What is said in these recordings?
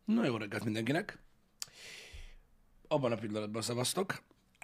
Na jó reggelt mindenkinek. Abban a pillanatban szavaztok.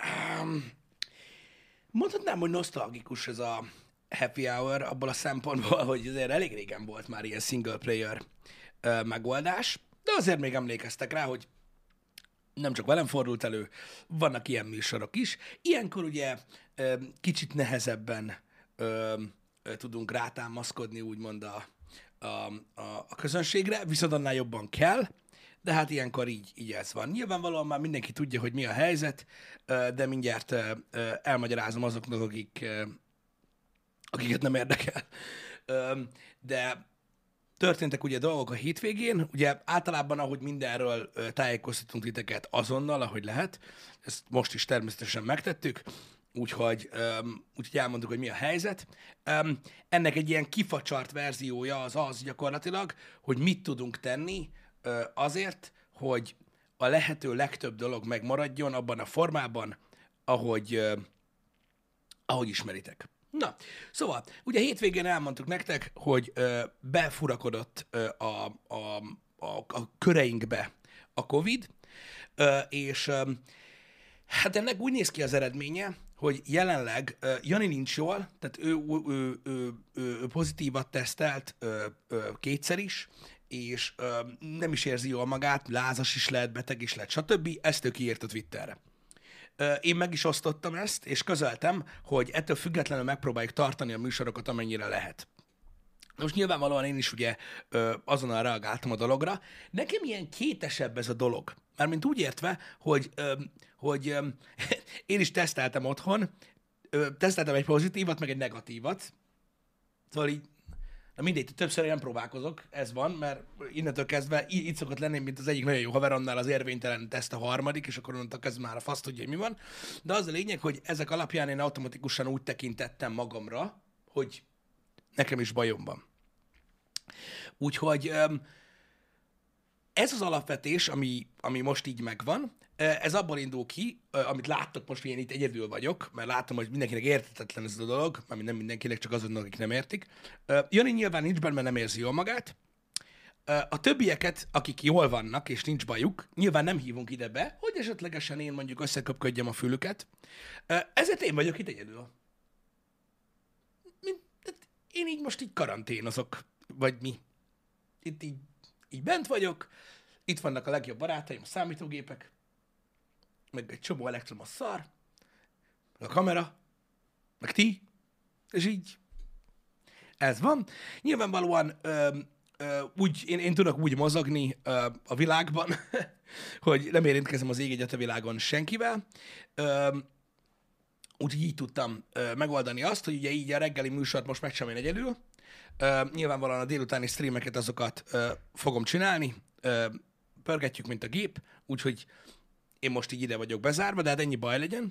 Mondhatnám, hogy nosztalgikus ez a happy hour abból a szempontból, hogy azért elég régen volt már ilyen single player megoldás, de azért még emlékeztek rá, hogy nem csak velem fordult elő, vannak ilyen műsorok is. Ilyenkor ugye kicsit nehezebben tudunk rátámaszkodni, úgymond a közönségre, viszont annál jobban kell, de hát ilyenkor így ez van. Nyilvánvalóan már mindenki tudja, hogy mi a helyzet, de mindjárt elmagyarázom azoknak, akiket nem érdekel. De történtek ugye dolgok a hétvégén, ugye általában, ahogy mindenről tájékoztatunk titeket azonnal, ahogy lehet, ezt most is természetesen megtettük, úgyhogy elmondtuk, hogy mi a helyzet. Ennek egy ilyen kifacsart verziója az gyakorlatilag, hogy mit tudunk tenni azért, hogy a lehető legtöbb dolog megmaradjon abban a formában, ahogy ismeritek. Na, szóval, ugye hétvégén elmondtuk nektek, hogy befurakodott a köreinkbe a Covid, és hát ennek úgy néz ki az eredménye, hogy jelenleg Jani nincs jól, tehát ő pozitívat tesztelt kétszer is, és nem is érzi jól magát, lázas is lehet, beteg is lehet, stb. Ezt ő kiírt a Twitterre. Én meg is osztottam ezt, és közöltem, hogy ettől függetlenül megpróbáljuk tartani a műsorokat, amennyire lehet. Most nyilvánvalóan én is ugye azonnal reagáltam a dologra. Nekem ilyen kétesebb ez a dolog. Mármint úgy értve, hogy én is teszteltem otthon, teszteltem egy pozitívat, meg egy negatívat. Szóval így, na mindegy, többször én nem próbálkozok, ez van, mert innentől kezdve így szokott lenni, mint az egyik nagyon jó haveromnál az érvénytelen teszt a harmadik, és akkor onnantól kezdve már a fasz tudja, hogy mi van. De az a lényeg, hogy ezek alapján én automatikusan úgy tekintettem magamra, hogy nekem is bajom van. Úgyhogy ez az alapvetés, ami most így megvan, ez abból indul ki, amit láttok most, hogy én itt egyedül vagyok, mert látom, hogy mindenkinek érthetetlen ez a dolog, mármint nem mindenkinek, csak azoknak, akik nem értik. Jani nyilván nincs benne, mert nem érzi jól magát. A többieket, akik jól vannak, és nincs bajuk, nyilván nem hívunk ide be, hogy esetlegesen én mondjuk összeköpködjem a fülüket. Ezért én vagyok itt egyedül. Én így most így karanténozok, vagy mi. Itt így bent vagyok, itt vannak a legjobb barátaim, a számítógépek, meg egy csomó elektromos szar, meg a kamera, meg ti, és így ez van. Nyilvánvalóan én tudok úgy mozogni a világban, hogy nem érintkezem az ég egyet a világon senkivel, úgyhogy így tudtam megoldani azt, hogy ugye így a reggeli műsort most meg sem én egyedül. Nyilvánvalóan a délutáni streameket azokat fogom csinálni, pörgetjük, mint a gép, úgyhogy én most így ide vagyok bezárva, de hát ennyi baj legyen.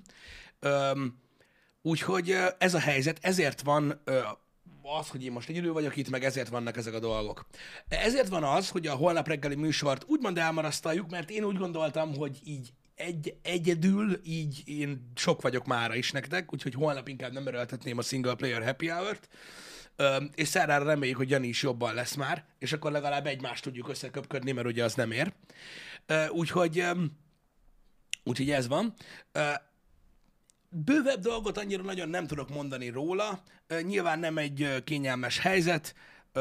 Úgyhogy ez a helyzet, ezért van az, hogy én most egyedül vagyok itt, meg ezért vannak ezek a dolgok. Ezért van az, hogy a holnap reggeli műsort úgymond elmarasztaljuk, mert én úgy gondoltam, hogy így egyedül, így én sok vagyok mára is nektek, úgyhogy holnap inkább nem erőltetném a single player happy hour-t, és szerdára reméljük, hogy Jani is jobban lesz már, és akkor legalább egymást tudjuk összeköpködni, mert ugye az nem ér. Úgyhogy ez van. Bővebb dolgot annyira nagyon nem tudok mondani róla. Nyilván nem egy kényelmes helyzet.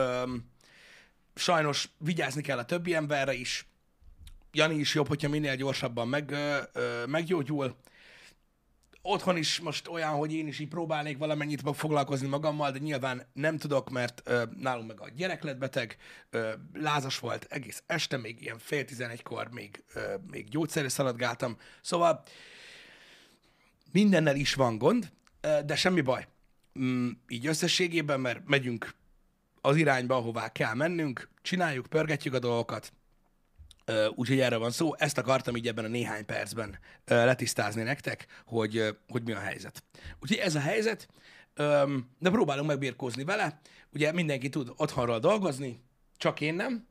Sajnos vigyázni kell a többi emberre is. Jani is jobb, hogyha minél gyorsabban meggyógyul. Otthon is most olyan, hogy én is így próbálnék valamennyit foglalkozni magammal, de nyilván nem tudok, mert nálunk meg a gyerek lett beteg, lázas volt egész este, még ilyen 10:30-kor még gyógyszerre szaladgáltam. Szóval mindennel is van gond, de semmi baj. Így összességében, mert megyünk az irányba, ahová kell mennünk, csináljuk, pörgetjük a dolgokat, úgyhogy erre van szó. Ezt akartam így ebben a néhány percben letisztázni nektek, hogy mi a helyzet. Úgyhogy ez a helyzet, de próbálunk megbirkózni vele. Ugye mindenki tud otthonról dolgozni, csak én nem.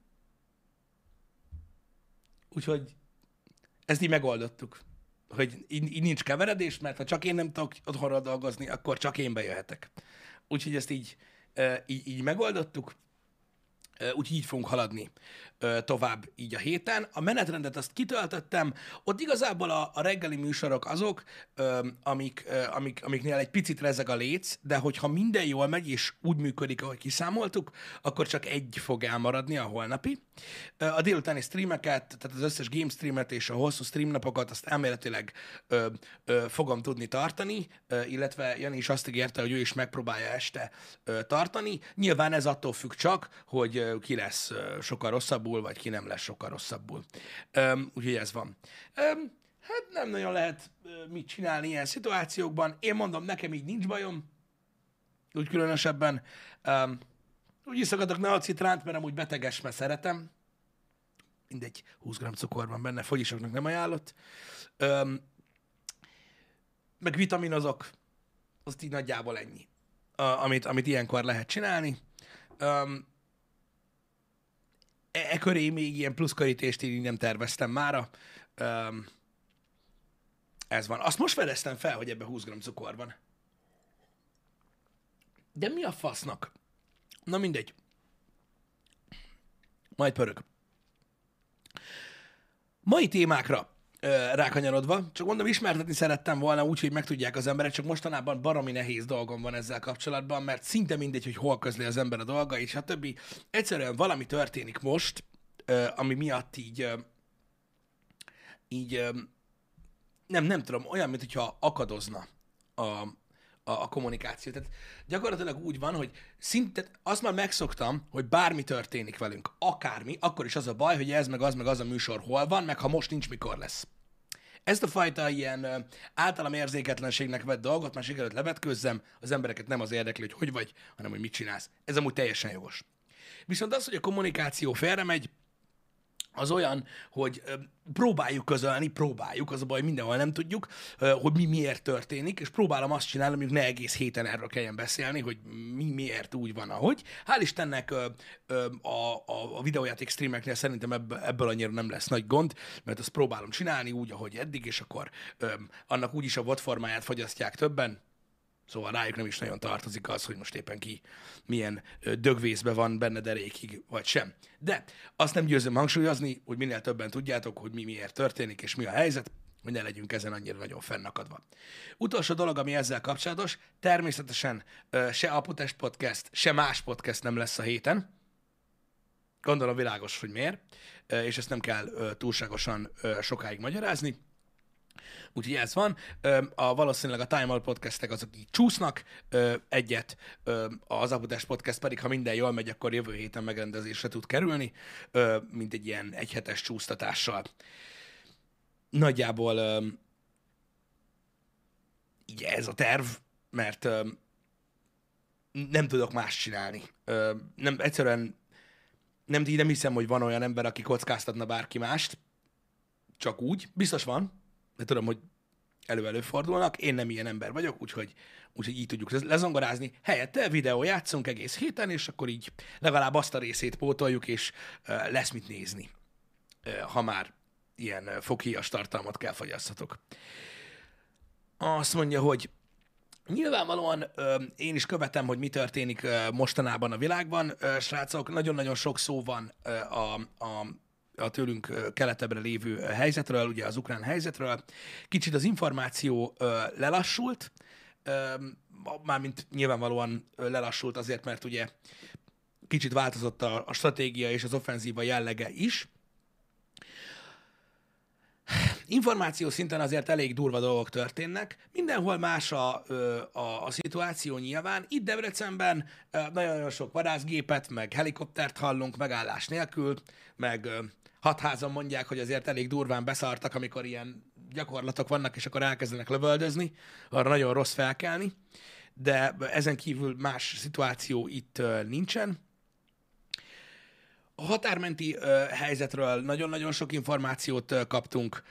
Úgyhogy ezt így megoldottuk, hogy így nincs keveredés, mert ha csak én nem tudok otthonról dolgozni, akkor csak én bejöhetek. Úgyhogy ezt így megoldottuk. Úgyhogy így fogunk haladni tovább így a héten. A menetrendet azt kitöltöttem, ott igazából a reggeli műsorok azok, amiknél egy picit rezeg a léc, de hogyha minden jól megy és úgy működik, ahogy kiszámoltuk, akkor csak egy fog elmaradni, a holnapi. A délutáni streameket, tehát az összes game streamet és a hosszú streamnapokat azt elméletileg fogom tudni tartani, illetve Jani is azt ígérte, hogy ő is megpróbálja este tartani. Nyilván ez attól függ csak, hogy ki lesz sokkal rosszabbul, vagy ki nem lesz sokkal rosszabbul. Úgyhogy ez van. Hát nem nagyon lehet mit csinálni ilyen szituációkban. Én mondom, nekem így nincs bajom, úgy különösebben. Úgy iszogatok neocitránt, mert amúgy beteges, mert szeretem. Mindegy, 20 g cukor van benne, fogyisoknak nem ajánlott. Meg vitaminozok, azt így nagyjából ennyi, amit ilyenkor lehet csinálni. Köré még ilyen pluszkarítést én nem terveztem mára. Ez van. Azt most fedeztem fel, hogy ebben 20 g cukor van. De mi a fasznak? Na mindegy. Majd pörög. Mai témákra rákanyarodva, csak mondom, ismertetni szerettem volna úgy, hogy megtudják az emberek, csak mostanában baromi nehéz dolgom van ezzel kapcsolatban, mert szinte mindegy, hogy hol közli az ember a dolgait, stb. Egyszerűen valami történik most, ami miatt így nem tudom, olyan, mintha akadozna a kommunikáció. Tehát gyakorlatilag úgy van, hogy szinte azt már megszoktam, hogy bármi történik velünk, akármi, akkor is az a baj, hogy ez meg az a műsor hol van, meg ha most nincs, mikor lesz. Ezt a fajta ilyen általam érzéketlenségnek vett dolgot már sikerült levetkőzzem, az embereket nem az érdekli, hogy vagy, hanem hogy mit csinálsz. Ez amúgy teljesen jogos. Viszont az, hogy a kommunikáció félremegy, az olyan, hogy próbáljuk, az a baj, mindenhol nem tudjuk, hogy mi miért történik, és próbálom azt csinálni, hogy ne egész héten erről kelljen beszélni, hogy mi miért úgy van, ahogy. Hál' Istennek a videójáték streameknél szerintem ebből annyira nem lesz nagy gond, mert azt próbálom csinálni úgy, ahogy eddig, és akkor annak úgyis a VOD formáját fogyasztják többen, szóval rájuk nem is nagyon tartozik az, hogy most éppen ki milyen dögvészbe van benne derékig, vagy sem. De azt nem győzöm hangsúlyozni, hogy minél többen tudjátok, hogy mi miért történik, és mi a helyzet, hogy ne legyünk ezen annyira nagyon fennakadva. Utolsó dolog, ami ezzel kapcsolatos, természetesen se Aputest Podcast, se más podcast nem lesz a héten. Gondolom világos, hogy miért, és ezt nem kell túlságosan sokáig magyarázni. Úgyhogy ez van. Valószínűleg a Time Out podcastek azok így csúsznak egyet, az Aputest podcast pedig, ha minden jól megy, akkor jövő héten megrendezésre tud kerülni, mint egy ilyen egyhetes csúsztatással. Nagyjából így ez a terv, mert nem tudok más csinálni. Egyszerűen nem hiszem, hogy van olyan ember, aki kockáztatna bárki mást, csak úgy. Biztos van, de tudom, hogy előfordulnak. Én nem ilyen ember vagyok, úgyhogy így tudjuk lezongorázni. Helyette videó játszunk egész héten, és akkor így legalább azt a részét pótoljuk, és lesz mit nézni, ha már ilyen foghíjas tartalmat kell fogyasztatok. Azt mondja, hogy nyilvánvalóan én is követem, hogy mi történik mostanában a világban. Srácok, nagyon-nagyon sok szó van a tőlünk keletebbre lévő helyzetről, ugye az ukrán helyzetről. Kicsit az információ lelassult, mármint nyilvánvalóan lelassult azért, mert ugye kicsit változott a stratégia és az offenzíva jellege is. Információ szinten azért elég durva dolgok történnek. Mindenhol más a szituáció nyilván. Itt Debrecenben nagyon-nagyon sok vadászgépet, meg helikoptert hallunk megállás nélkül, meg hadházan mondják, hogy azért elég durván beszartak, amikor ilyen gyakorlatok vannak, és akkor elkezdenek lövöldözni. Arra nagyon rossz felkelni. De ezen kívül más szituáció itt nincsen. A határmenti helyzetről nagyon-nagyon sok információt kaptunk.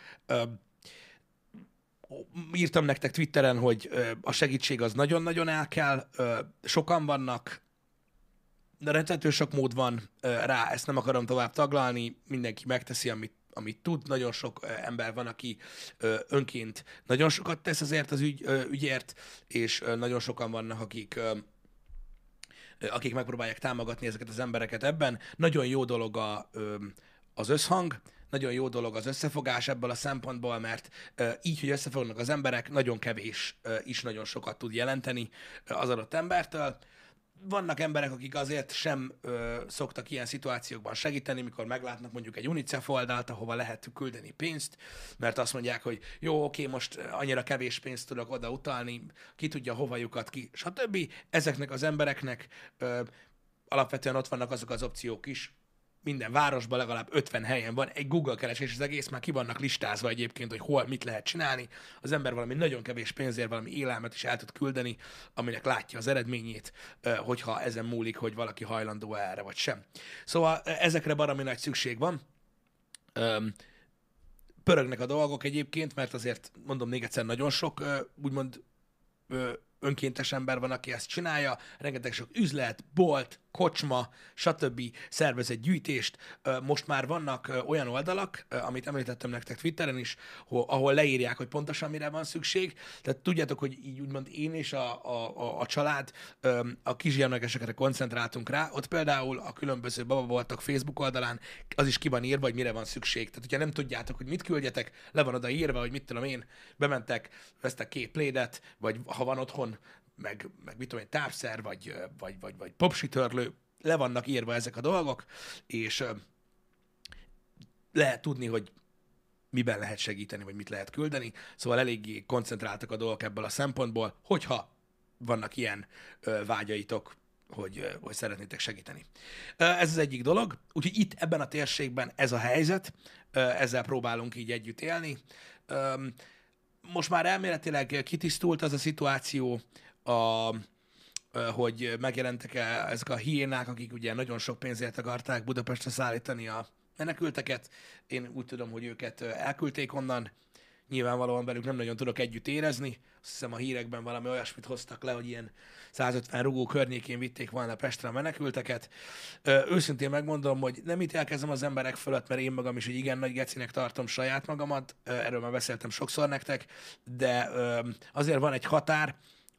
Írtam nektek Twitteren, hogy a segítség az nagyon-nagyon el kell. Sokan vannak, de rettető sok mód van rá, ezt nem akarom tovább taglalni. Mindenki megteszi, amit tud. Nagyon sok ember van, aki önként nagyon sokat tesz azért az ügyért, és nagyon sokan vannak, akik akik megpróbálják támogatni ezeket az embereket ebben. Nagyon jó dolog az összhang, nagyon jó dolog az összefogás ebből a szempontból, mert így, hogy összefognak az emberek, nagyon kevés is nagyon sokat tud jelenteni az adott embertől. Vannak emberek, akik azért sem szoktak ilyen szituációkban segíteni, mikor meglátnak mondjuk egy UNICEF oldalt, ahova lehet küldeni pénzt, mert azt mondják, hogy jó, oké, most annyira kevés pénzt tudok oda utalni, ki tudja hova lyukat ki, stb. Ezeknek az embereknek alapvetően ott vannak azok az opciók is, minden városban legalább 50 helyen van egy Google keresés, az egész már ki vannak listázva egyébként, hogy hol mit lehet csinálni. Az ember valami nagyon kevés pénzért valami élelmet is el tud küldeni, aminek látja az eredményét, hogyha ezen múlik, hogy valaki hajlandó erre vagy sem. Szóval ezekre baromi nagy szükség van. Pörögnek a dolgok egyébként, mert azért mondom még egyszer, nagyon sok úgymond önkéntes ember van, aki ezt csinálja, rengeteg sok üzlet, bolt, kocsma, stb. Szervez egy gyűjtést. Most már vannak olyan oldalak, amit említettem nektek Twitteren is, ahol leírják, hogy pontosan mire van szükség. Tehát tudjátok, hogy így úgymond én és a család a kisgyermekesekre koncentráltunk rá. Ott például a különböző bababoltok Facebook oldalán az is ki van írva, hogy mire van szükség. Tehát, hogyha nem tudjátok, hogy mit küldjetek, le van oda írva, hogy mit tudom én, bementek, vesztek 2 plédet, vagy ha van otthon, meg mit tudom én, tápszer, vagy popsitörlő, le vannak írva ezek a dolgok, és lehet tudni, hogy miben lehet segíteni, vagy mit lehet küldeni. Szóval eléggé koncentráltak a dolgok ebből a szempontból, hogyha vannak ilyen vágyaitok, hogy szeretnétek segíteni. Ez az egyik dolog, úgyhogy itt ebben a térségben ez a helyzet, ezzel próbálunk így együtt élni. Most már elméletileg kitisztult az a szituáció, hogy megjelentek ezek a hiénák, akik ugye nagyon sok pénzért akarták Budapestre szállítani a menekülteket. Én úgy tudom, hogy őket elküldték onnan. Nyilvánvalóan velük nem nagyon tudok együtt érezni. Azt hiszem a hírekben valami olyasmit hoztak le, hogy ilyen 150 rugó környékén vitték volna Pestre a menekülteket. Őszintén megmondom, hogy nem ítélkezem az emberek fölött, mert én magam is egy igen nagy gecinek tartom saját magamat. Erről már beszéltem sokszor nektek, de azért van egy határ,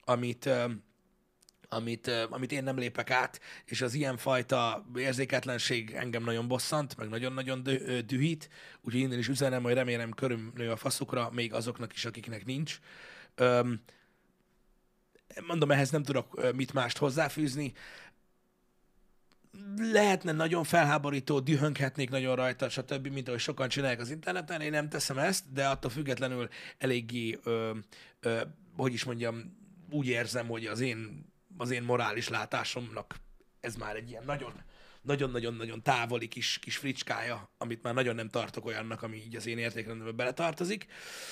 amit én nem lépek át, és az ilyenfajta érzéketlenség engem nagyon bosszant, meg nagyon-nagyon dühít, úgyhogy innen is üzenem, hogy remélem körülnő a faszukra, még azoknak is, akiknek nincs. Mondom, ehhez nem tudok mit mást hozzáfűzni. Lehetne nagyon felháborító, dühönghetnék nagyon rajta, stb., mint ahogy sokan csinálják az interneten, én nem teszem ezt, de attól függetlenül eléggé, hogy is mondjam, úgy érzem, hogy az én morális látásomnak ez már egy ilyen nagyon-nagyon távoli kis fricskája, amit már nagyon nem tartok olyannak, ami így az én értékrendembe beletartozik.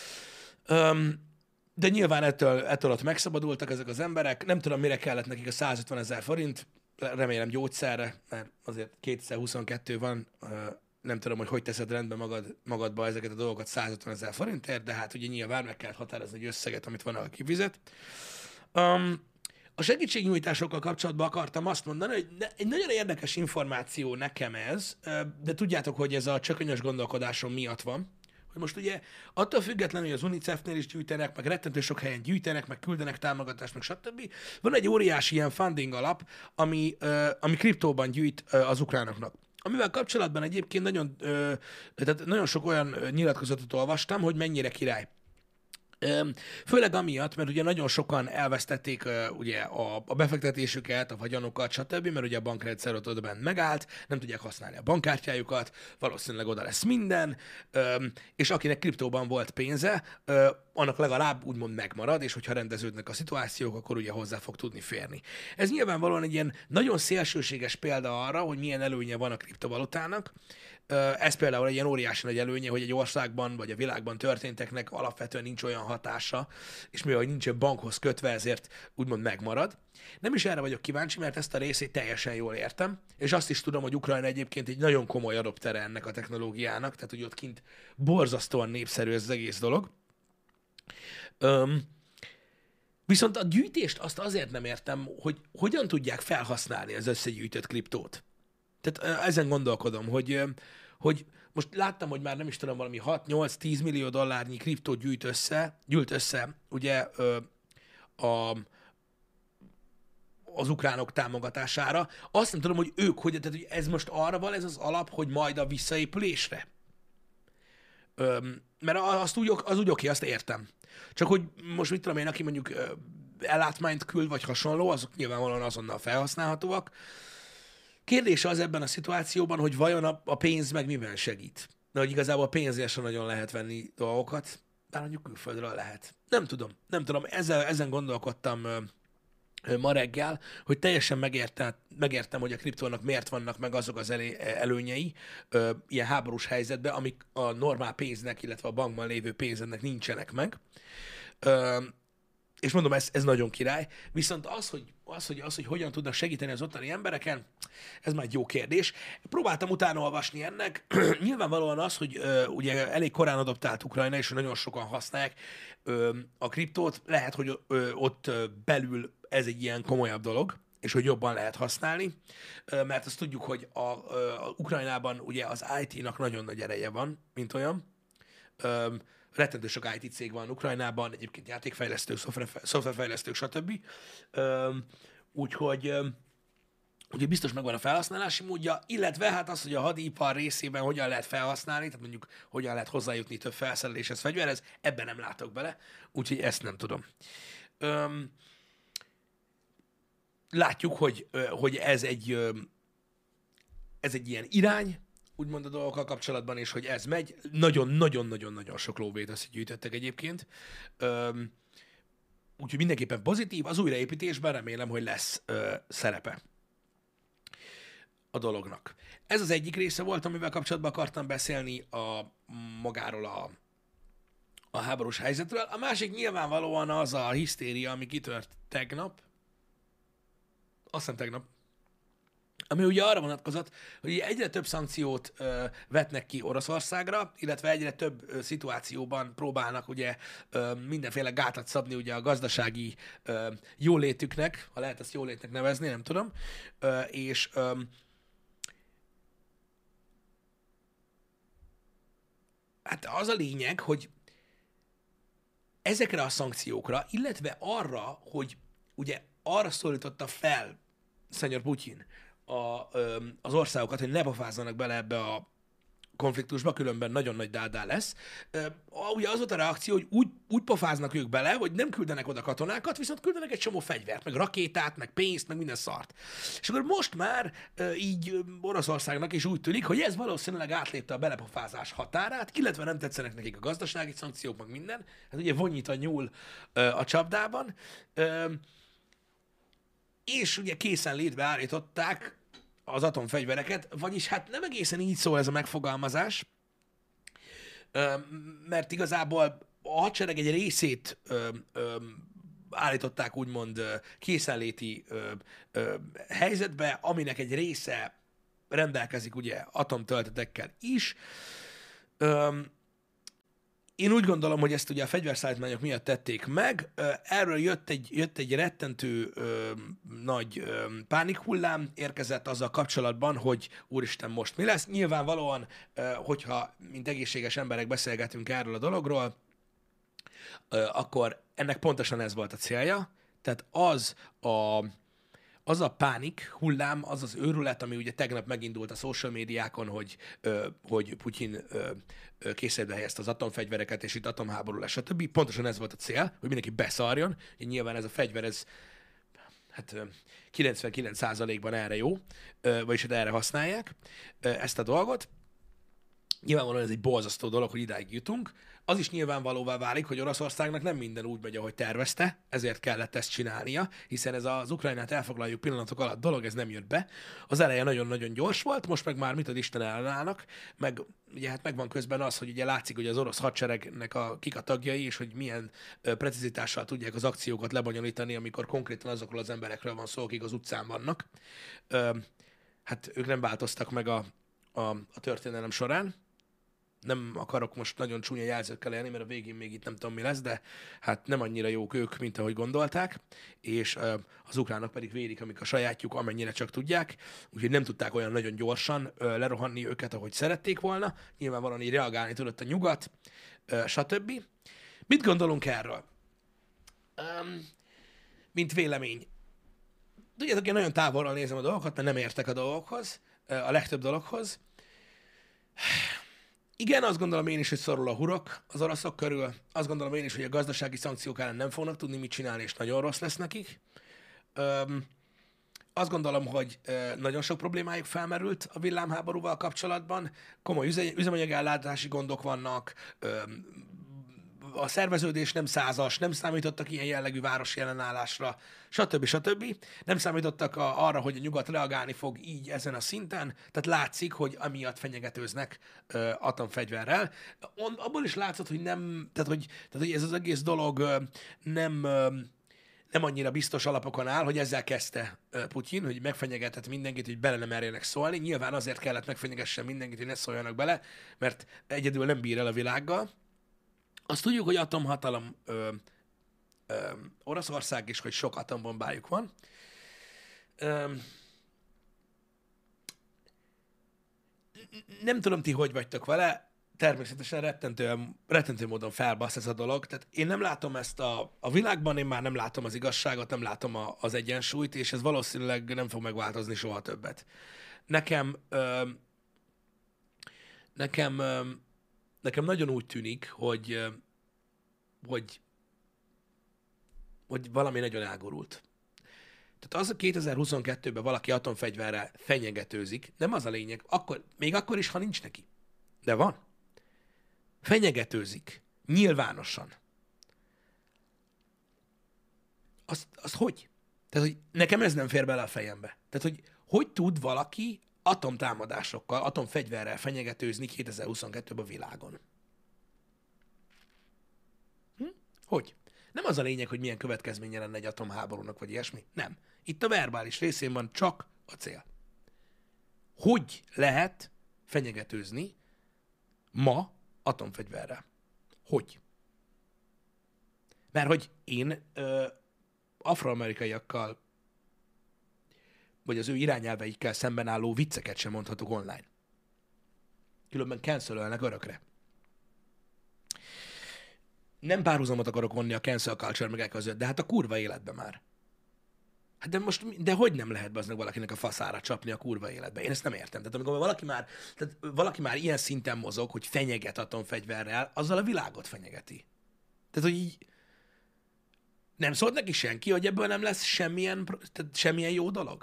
De nyilván ettől ott megszabadultak ezek az emberek. Nem tudom, mire kellett nekik a 150 000 forint, remélem gyógyszerre, mert azért 2022 van, nem tudom, hogy teszed rendbe magadba ezeket a dolgokat 150 000 forintért, de hát ugye nyilván meg kellett határozni egy összeget, amit van, aki fizet. A segítségnyújtásokkal kapcsolatban akartam azt mondani, hogy egy nagyon érdekes információ nekem ez, de tudjátok, hogy ez a csökönyös gondolkodásom miatt van, hogy most ugye attól függetlenül, hogy az UNICEF-nél is gyűjtenek, meg rettentő sok helyen gyűjtenek, meg küldenek támogatást, meg stb. Van egy óriási ilyen funding alap, ami kriptóban gyűjt az ukránoknak. Amivel kapcsolatban egyébként tehát nagyon sok olyan nyilatkozatot olvastam, hogy mennyire király. Főleg amiatt, mert ugye nagyon sokan elvesztették ugye a befektetésüket, a vagyonukat, stb., mert ugye a bankrendszer ott oda bent megállt, nem tudják használni a bankkártyájukat, valószínűleg oda lesz minden, és akinek kriptóban volt pénze, annak legalább úgymond megmarad, és hogyha rendeződnek a szituációk, akkor ugye hozzá fog tudni férni. Ez nyilvánvalóan egy ilyen nagyon szélsőséges példa arra, hogy milyen előnye van a kriptovalutának. Ez például egy ilyen óriási nagy előnye, hogy egy országban vagy a világban történteknek alapvetően nincs olyan hatása, és mivel nincs bankhoz kötve, ezért úgymond megmarad. Nem is erre vagyok kíváncsi, mert ezt a részét teljesen jól értem, és azt is tudom, hogy Ukrajna egyébként egy nagyon komoly adoptere ennek a technológiának, tehát hogy ott kint borzasztóan népszerű ez az egész dolog. Viszont a gyűjtést azt azért nem értem, hogy hogyan tudják felhasználni az összegyűjtött kriptót. Tehát ezen gondolkodom, hogy most láttam, hogy már nem is tudom, valami 6-8-10 millió dollárnyi kriptót gyűlt össze, ugye az ukránok támogatására. Azt nem tudom, hogy ők hogy, tehát hogy ez most arra van ez az alap, hogy majd a visszaépülésre. Mert az úgy oké, azt értem. Csak hogy most mit tudom én, aki mondjuk ellátmányt küld, vagy hasonló, azok nyilvánvalóan azonnal felhasználhatóak. Kérdése az ebben a szituációban, hogy vajon a pénz meg miben segít. De hogy igazából a pénzért sem nagyon lehet venni dolgokat, bár mondjuk külföldről lehet. Nem tudom, nem tudom. Ezen gondolkodtam ma reggel, hogy teljesen megértem, hogy a kriptónak miért vannak meg azok az előnyei ilyen háborús helyzetben, amik a normál pénznek, illetve a bankban lévő pénzednek nincsenek meg. És mondom, ez nagyon király. Viszont az, hogy hogyan tudnak segíteni az ottani embereken, ez már egy jó kérdés. Próbáltam utána olvasni ennek. Nyilvánvalóan az, hogy ugye elég korán adoptált Ukrajna, és nagyon sokan használják a kriptót, lehet, hogy ott belül ez egy ilyen komolyabb dolog, és hogy jobban lehet használni, mert azt tudjuk, hogy a Ukrajnában ugye az IT-nak nagyon nagy ereje van, mint olyan. Rettentő sok IT cég van Ukrajnában, egyébként játékfejlesztők, szoftverfejlesztők, stb. Úgyhogy ugye biztos megvan a felhasználási módja, illetve hát az, hogy a hadipar részében hogyan lehet felhasználni, tehát mondjuk hogyan lehet hozzájutni több felszereléshez, fegyverhez, ebben nem látok bele, úgyhogy ezt nem tudom. Látjuk, hogy ez egy ilyen irány, úgymond a dolgokkal kapcsolatban, és hogy ez megy. Nagyon-nagyon-nagyon-nagyon sok lóvét azt gyűjtöttek egyébként. Úgyhogy mindenképpen pozitív. Az újraépítésben remélem, hogy lesz szerepe a dolognak. Ez az egyik része volt, amivel kapcsolatban akartam beszélni magáról a háborús helyzetről. A másik nyilvánvalóan az a hisztéria, ami kitört tegnap. Azt hiszem tegnap. Ami ugye arra vonatkozott, hogy egyre több szankciót vetnek ki Oroszországra, illetve egyre több szituációban próbálnak ugye mindenféle gátat szabni ugye a gazdasági jólétüknek, ha lehet ezt jólétnek nevezni, nem tudom, és hát az a lényeg, hogy ezekre a szankciókra, illetve arra, hogy ugye arra szólította fel Szenyor Putyin az országokat, hogy ne pofázzanak bele ebbe a konfliktusba, különben nagyon nagy dádá lesz. Ugye az volt a reakció, hogy úgy pofáznak ők bele, hogy nem küldenek oda katonákat, viszont küldenek egy csomó fegyvert, meg rakétát, meg pénzt, meg minden szart. És akkor most már így Oroszországnak is úgy tűnik, hogy ez valószínűleg átlépte a belepofázás határát, illetve nem tetszenek nekik a gazdasági szankciók, meg minden. Hát ugye vonnyit a nyúl a csapdában. És ugye készen létbe állították az atomfegyvereket, vagyis hát nem egészen így szól ez a megfogalmazás, mert igazából a hadsereg egy részét állították úgymond készenléti helyzetbe, aminek egy része rendelkezik ugye atomtöltetekkel is. Én úgy gondolom, hogy ezt ugye a fegyverszállítmányok miatt tették meg. Erről jött egy rettentő nagy pánikhullám, érkezett azzal kapcsolatban, hogy úristen, most mi lesz. Nyilvánvalóan, hogyha mint egészséges emberek beszélgetünk erről a dologról, akkor ennek pontosan ez volt a célja. Tehát az a pánik hullám, az az őrület, ami ugye tegnap megindult a social médiákon, hogy Putyin készletbe helyezte az atomfegyvereket, és itt atomháború lesz, stb. Pontosan ez volt a cél, hogy mindenki beszarjon. Nyilván ez a fegyver, ez hát 99%-ban erre jó, vagyis hát erre használják ezt a dolgot. Nyilvánvalóan ez egy borzasztó dolog, hogy idáig jutunk. Az is nyilvánvalóvá válik, hogy Oroszországnak nem minden úgy megy, ahogy tervezte, ezért kellett ezt csinálnia, hiszen ez az Ukrajnát elfoglaljuk pillanatok alatt dolog, ez nem jött be. Az eleje nagyon-nagyon gyors volt, most meg már mit ad Isten ellenállnak, meg ugye hát megvan közben az, hogy ugye látszik, hogy az orosz hadseregnek kik a tagjai, és hogy milyen precizitással tudják az akciókat lebonyolítani, amikor konkrétan azokról az emberekről van szó, akik az utcán vannak. Hát ők nem változtak meg a történelem során. Nem akarok most nagyon csúnya jelzőkkel élni, mert a végén még itt nem tudom mi lesz, de hát nem annyira jók ők, mint ahogy gondolták, és az ukránok pedig védik, amik a sajátjuk, amennyire csak tudják, úgyhogy nem tudták olyan nagyon gyorsan lerohanni őket, ahogy szerették volna, nyilvánvalóan így reagálni tudott a nyugat, stb. Mit gondolunk erről? Mint vélemény? tudjátok, én nagyon távolról nézem a dolgokat, mert nem értek a dolgokhoz, a legtöbb dologhoz. Igen, azt gondolom én is, hogy szorul a hurok az oroszok körül. Azt gondolom én is, hogy a gazdasági szankciók ellen nem fognak tudni mit csinálni, és nagyon rossz lesz nekik. Azt gondolom, hogy nagyon sok problémájuk felmerült a villámháborúval kapcsolatban. Komoly üzemanyagellátási gondok vannak, a szerveződés nem százas, nem számítottak ilyen jellegű városi ellenállásra, stb. Stb. Nem számítottak arra, hogy a nyugat reagálni fog így ezen a szinten, tehát látszik, hogy amiatt fenyegetőznek atomfegyverrel. Abból is látszott, hogy nem, tehát hogy ez az egész dolog nem annyira biztos alapokon áll, hogy ezzel kezdte Putyin, hogy megfenyegetett mindenkit, hogy bele nem merjenek szólni. Nyilván azért kellett megfenyegessen mindenkit, hogy ne szóljanak bele, mert egyedül nem bír el a világgal. Azt tudjuk, hogy atomhatalom Oroszország is, hogy sok atombombájuk van. Nem tudom, ti hogy vagytok vele, természetesen rettentő módon felbasz ez a dolog. Tehát én nem látom ezt a világban, én már nem látom az igazságot, nem látom az egyensúlyt, és ez valószínűleg nem fog megváltozni soha többet. Nekem nagyon úgy tűnik, hogy valami nagyon elgurult. Tehát az, a 2022-ben valaki atomfegyverrel fenyegetőzik, nem az a lényeg, még akkor is, ha nincs neki. De van. Fenyegetőzik. Nyilvánosan. Azt hogy? Tehát, hogy nekem ez nem fér bele a fejembe. Tehát, hogy tud valaki atomtámadásokkal, atomfegyverrel fenyegetőzni 2022-ben a világon? Hogy? Nem az a lényeg, hogy milyen következménye lenne egy atomháborúnak, vagy ilyesmi. Nem. Itt a verbális részén van csak a cél. Hogy lehet fenyegetőzni ma atomfegyverrel? Hogy? Mert hogy én afroamerikaiakkal, vagy az ő irányelveikkel szemben álló vicceket sem mondhatok online. Különben cancelölnek örökre. Nem párhuzamot akarok vonni a cancel culture meg között, de hát a kurva életbe már. Hát de hogy nem lehet baznak valakinek a faszára csapni a kurva életbe? Én ezt nem értem. Tehát amikor valaki már ilyen szinten mozog, hogy fenyeget atomfegyverrel, azzal a világot fenyegeti. Tehát, hogy így nem szólt neki senki, hogy ebből nem lesz semmilyen jó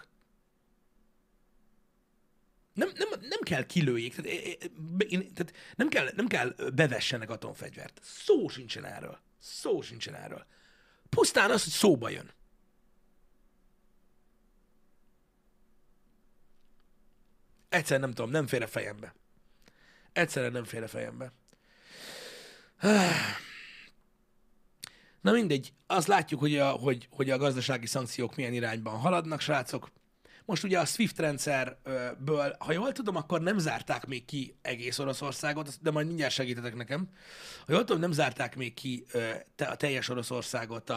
dolog? Nem kell kilőjék, tehát nem kell bevessenek atomfegyvert. Szó sincsen erről. Szó sincsen erről. Pusztán az, hogy szóba jön. Egyszerűen nem tudom, nem fér a fejembe. Egyszerűen nem fér a fejembe. Na mindegy, azt látjuk, hogy a gazdasági szankciók milyen irányban haladnak, srácok. Most ugye a SWIFT rendszerből, ha jól tudom, akkor nem zárták még ki egész Oroszországot, de majd mindjárt segítetek nekem. Ha jól tudom, nem zárták még ki a teljes Oroszországot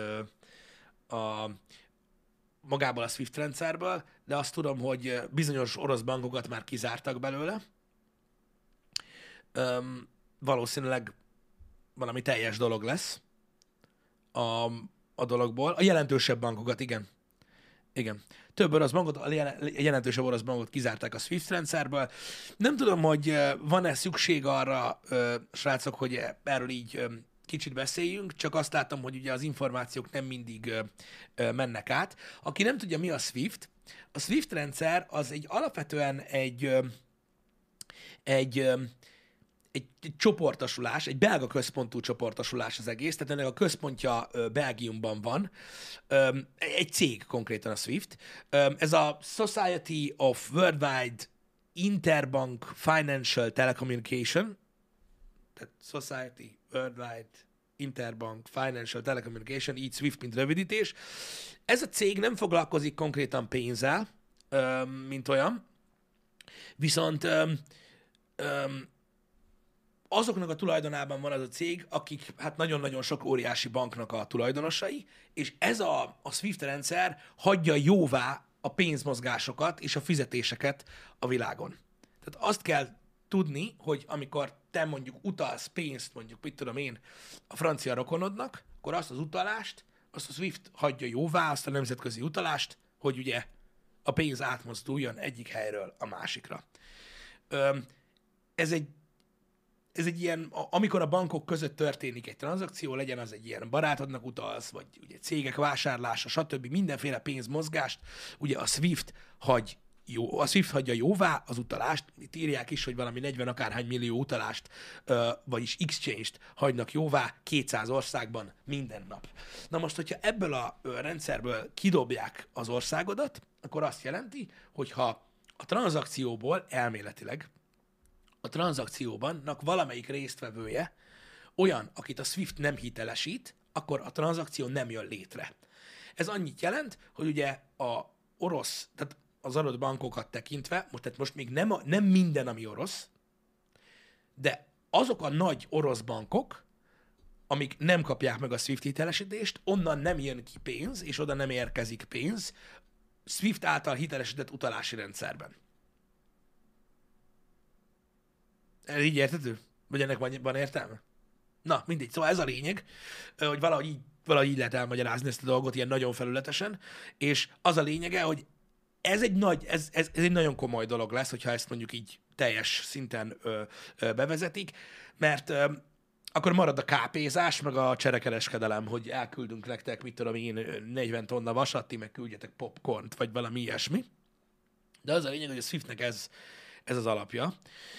magából a SWIFT rendszerből, de azt tudom, hogy bizonyos orosz bankokat már kizártak belőle. Valószínűleg valami teljes dolog lesz a dologból. A jelentősebb bankokat, igen. Igen. Több orosz bankot, a jelentősebb orosz bankot kizárták a SWIFT rendszerből. Nem tudom, hogy van-e szükség arra, srácok, hogy erről így kicsit beszéljünk, csak azt látom, hogy ugye az információk nem mindig mennek át. Aki nem tudja, mi a SWIFT rendszer az alapvetően egy csoportosulás, egy belga központú csoportosulás az egész, tehát ennek a központja Belgiumban van, egy cég konkrétan a SWIFT. Ez a Society of Worldwide Interbank Financial Telecommunication, tehát Society Worldwide Interbank Financial Telecommunication, így SWIFT, mint rövidítés. Ez a cég nem foglalkozik konkrétan pénzzel, mint olyan, viszont azoknak a tulajdonában van az a cég, akik hát nagyon-nagyon sok óriási banknak a tulajdonosai, és ez a SWIFT rendszer hagyja jóvá a pénzmozgásokat és a fizetéseket a világon. Tehát azt kell tudni, hogy amikor te mondjuk utalsz pénzt, mondjuk, mit tudom én, a francia rokonodnak, akkor azt az utalást, azt a SWIFT hagyja jóvá, azt a nemzetközi utalást hogy ugye a pénz átmozduljon egyik helyről a másikra. Öm, ez egy ilyen, amikor a bankok között történik egy tranzakció, legyen az egy ilyen barátodnak utalsz, vagy ugye cégek vásárlása, stb. Mindenféle pénzmozgást, ugye a SWIFT hagyja jóvá az utalást, itt írják is, hogy valami 40 akárhány millió utalást, vagyis exchange-t hagynak jóvá 200 országban minden nap. Na most, hogyha ebből a rendszerből kidobják az országodat, akkor azt jelenti, hogyha a tranzakcióból elméletileg a tranzakcióbannak valamelyik résztvevője olyan, akit a SWIFT nem hitelesít, akkor a tranzakció nem jön létre. Ez annyit jelent, hogy ugye a orosz, tehát az adott bankokat tekintve, tehát most még nem minden, ami orosz, de azok a nagy orosz bankok, amik nem kapják meg a SWIFT hitelesítést, onnan nem jön ki pénz, és oda nem érkezik pénz SWIFT által hitelesített utalási rendszerben. Ez így értető? Vagy ennek van értelme? Na, mindegy. Szóval ez a lényeg, hogy valahogy így lehet elmagyarázni ezt a dolgot ilyen nagyon felületesen, és az a lényege, hogy ez egy nagyon komoly dolog lesz, hogyha ezt mondjuk így teljes szinten bevezetik, mert akkor marad a kápézás, meg a cserekereskedelem, hogy elküldünk nektek, mit tudom én, 40 tonna vasat, ti meg küldjetek popcornt, vagy valami ilyesmi. De az a lényeg, hogy a Swiftnek ez az alapja.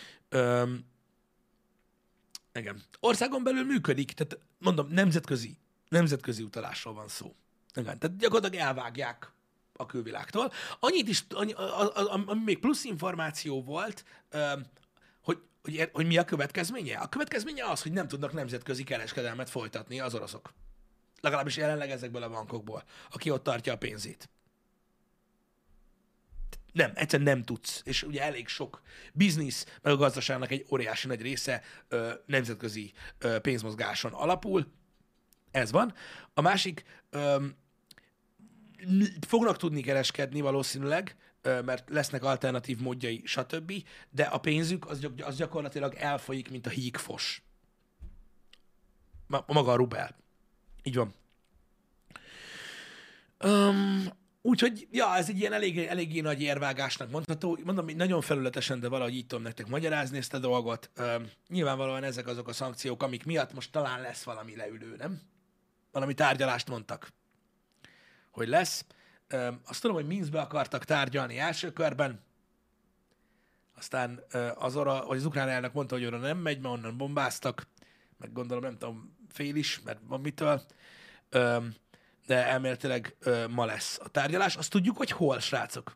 Igen. Országon belül működik, tehát mondom, nemzetközi utalásról van szó. Igen. Tehát gyakorlatilag elvágják a külvilágtól. Annyit is, ami még plusz információ volt, hogy mi a következménye? A következménye az, hogy nem tudnak nemzetközi kereskedelmet folytatni az oroszok. Legalábbis jelenleg ezekből a bankokból, aki ott tartja a pénzét. Nem, egyszerűen nem tudsz. És ugye elég sok biznisz, meg a gazdaságnak egy óriási nagy része nemzetközi pénzmozgáson alapul. Ez van. A másik, fognak tudni kereskedni valószínűleg, mert lesznek alternatív módjai, stb., de a pénzük az gyakorlatilag elfolyik, mint a hígfos. Maga a rubel. Így van. Úgyhogy, ja, ez egy ilyen eléggé nagy érvágásnak mondható. Mondom, nagyon felületesen, de valahogy így tudom nektek magyarázni ezt a dolgot. Nyilvánvalóan ezek azok a szankciók, amik miatt most talán lesz valami leülő, nem? Valami tárgyalást mondtak, hogy lesz. Azt tudom, hogy Minskbe akartak tárgyalni első körben, aztán az ukrán elnök mondta, hogy oda nem megy, mert onnan bombáztak, meg gondolom, nem tudom, fél is, mert van mitől. De elméletileg ma lesz a tárgyalás. Azt tudjuk, hogy hol, srácok.